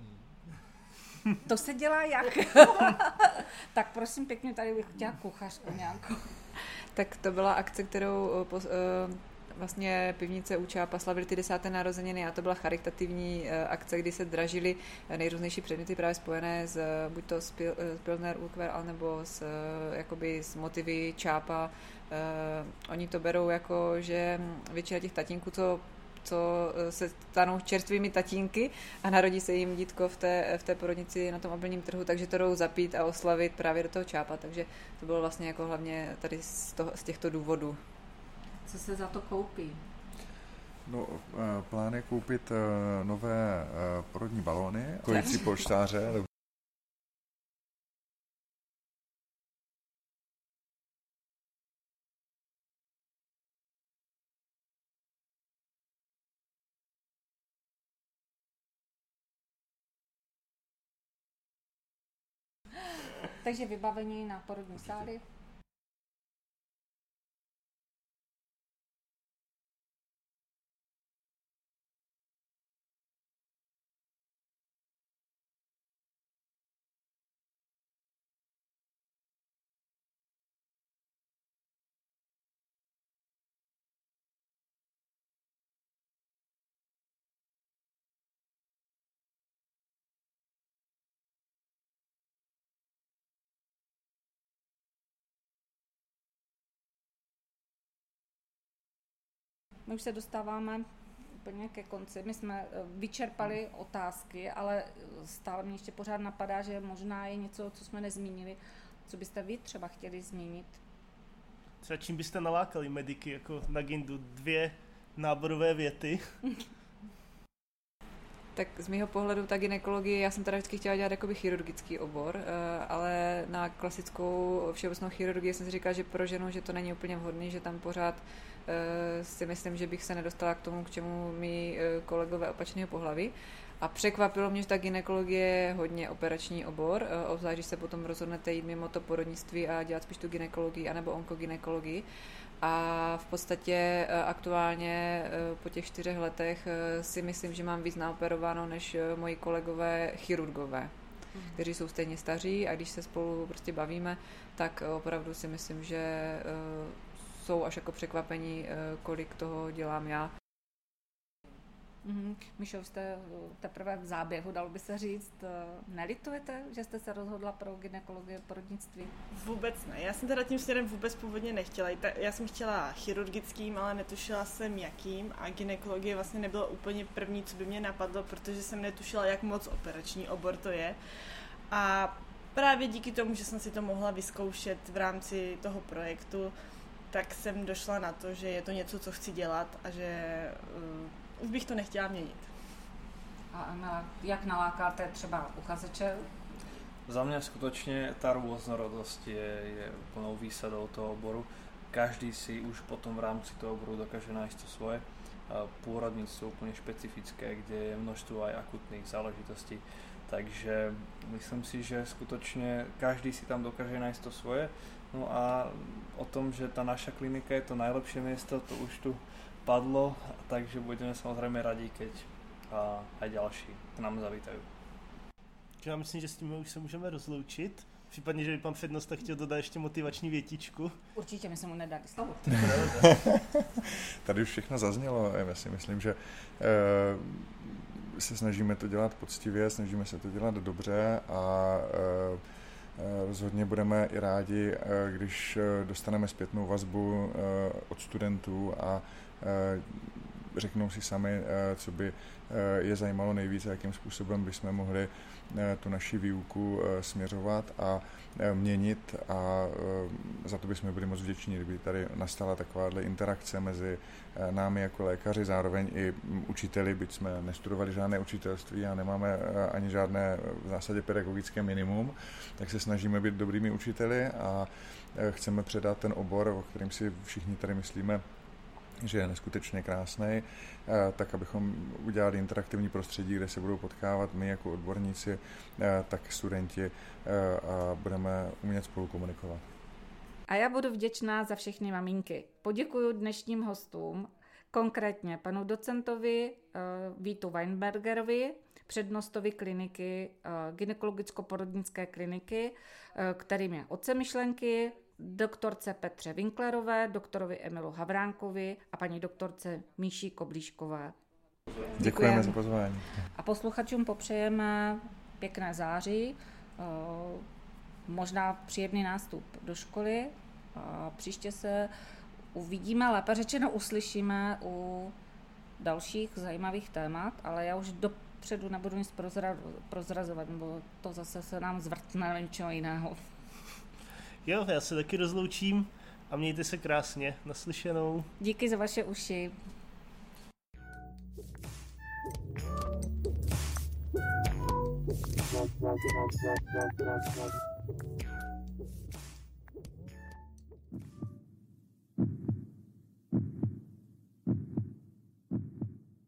To se dělá jak? Tak prosím pěkně, tady bych chtěla kuchařku nějakou. Tak to byla akce, kterou vlastně pivnice UČAPa slavili ty 10. narozeniny a to byla charitativní akce, kdy se dražily nejrůznější předměty právě spojené s buď to s Pilsner Urquell, nebo s motivy ČAPa. Oni to berou jako, že většina těch tatínků, co se stanou čerstvými tatínky a narodí se jim dítko v té porodnici na tom obilním trhu, takže to jdou zapít a oslavit právě do toho ČAPa, takže to bylo vlastně jako hlavně tady z těchto důvodů. Co se za to koupí? No, plán je koupit nové porodní balóny, kojící polštáře. Takže vybavení na porodní sály. My už se dostáváme úplně ke konci. My jsme vyčerpali otázky, ale stále mě ještě pořád napadá, že možná je něco, co jsme nezmínili. Co byste vy třeba chtěli změnit? Třeba čím byste nalákali mediky jako na Gindu? 2 náborové věty. Tak z mého pohledu ta gynekologie, já jsem teda vždycky chtěla dělat jakoby chirurgický obor, ale na klasickou všeobecnou chirurgii jsem si říkala, že pro ženu, že to není úplně vhodný, že tam pořád si myslím, že bych se nedostala k tomu, k čemu mý kolegové opačného pohlaví. A překvapilo mě, že ta gynekologie je hodně operační obor, obzvlášť když se potom rozhodnete jít mimo to porodnictví a dělat spíš tu gynekologii anebo onkogynekologii. A v podstatě aktuálně po těch 4 letech si myslím, že mám víc naoperováno než moji kolegové chirurgové, kteří jsou stejně staří a když se spolu prostě bavíme, tak opravdu si myslím, že jsou až jako překvapení, kolik toho dělám já. Míšo, jste teprve v záběhu, dalo by se říct. Nelitujete, že jste se rozhodla pro gynekologii porodnictví? Vůbec ne. Já jsem teda tím směrem vůbec původně nechtěla. Já jsem chtěla chirurgickým, ale netušila jsem jakým a gynekologie vlastně nebylo úplně první, co by mě napadlo, protože jsem netušila, jak moc operační obor to je. A právě díky tomu, že jsem si to mohla vyzkoušet v rámci toho projektu, tak jsem došla na to, že je to něco, co chci dělat a že už bych to nechtěla měnit. A jak nalákáte třeba uchazeče? Za mňa skutočne tá rôznorodosť je úplnou výsadou toho oboru. Každý si už potom v rámci toho oboru dokáže nájsť to svoje. Pôrodníctvo je úplne špecifické, kde je množstvo aj akutných záležitostí. Takže myslím si, že skutočne každý si tam dokáže nájsť to svoje. No a o tom, že tá naša klinika je to najlepšie miesto, to už tu padlo, takže budeme samozrejme radi, keď aj ďalší k nám zavítajú. Já myslím, že s tím už se můžeme rozloučit. Případně, že by pan Přednosta chtěl dodat ještě motivační větičku. Určitě, my se mu nedali slovo. Tady už všechno zaznělo. Já si myslím, že se snažíme to dělat poctivě, snažíme se to dělat dobře a rozhodně budeme i rádi, když dostaneme zpětnou vazbu od studentů a řeknou si sami, co by je zajímalo nejvíce, jakým způsobem bychom mohli tu naši výuku směřovat a měnit a za to bychom byli moc vděční, kdyby tady nastala takováhle interakce mezi námi jako lékaři, zároveň i učiteli, byť jsme nestudovali žádné učitelství a nemáme ani žádné v zásadě pedagogické minimum, tak se snažíme být dobrými učiteli a chceme předat ten obor, o kterém si všichni tady myslíme, že je neskutečně krásný, tak abychom udělali interaktivní prostředí, kde se budou potkávat my jako odborníci, tak studenti a budeme umět spolu komunikovat. A já budu vděčná za všechny maminky. Poděkuji dnešním hostům, konkrétně panu docentovi Vítu Weinbergerovi, přednostovi kliniky, gynekologicko-porodnické kliniky, kterým je otcem myšlenky, doktorce Petře Winklerové, doktorovi Emilu Havránkovi a paní doktorce Míši Koblíškové. Děkujeme za pozvání. A posluchačům popřejeme pěkné září, možná příjemný nástup do školy. A příště se uvidíme, lépe řečeno uslyšíme u dalších zajímavých témat, ale já už dopředu nebudu nic prozrazovat, nebo to zase se nám zvrtne na něčeho jiného. Jo, já se taky rozloučím a mějte se krásně. Naslyšenou. Díky za vaše uši.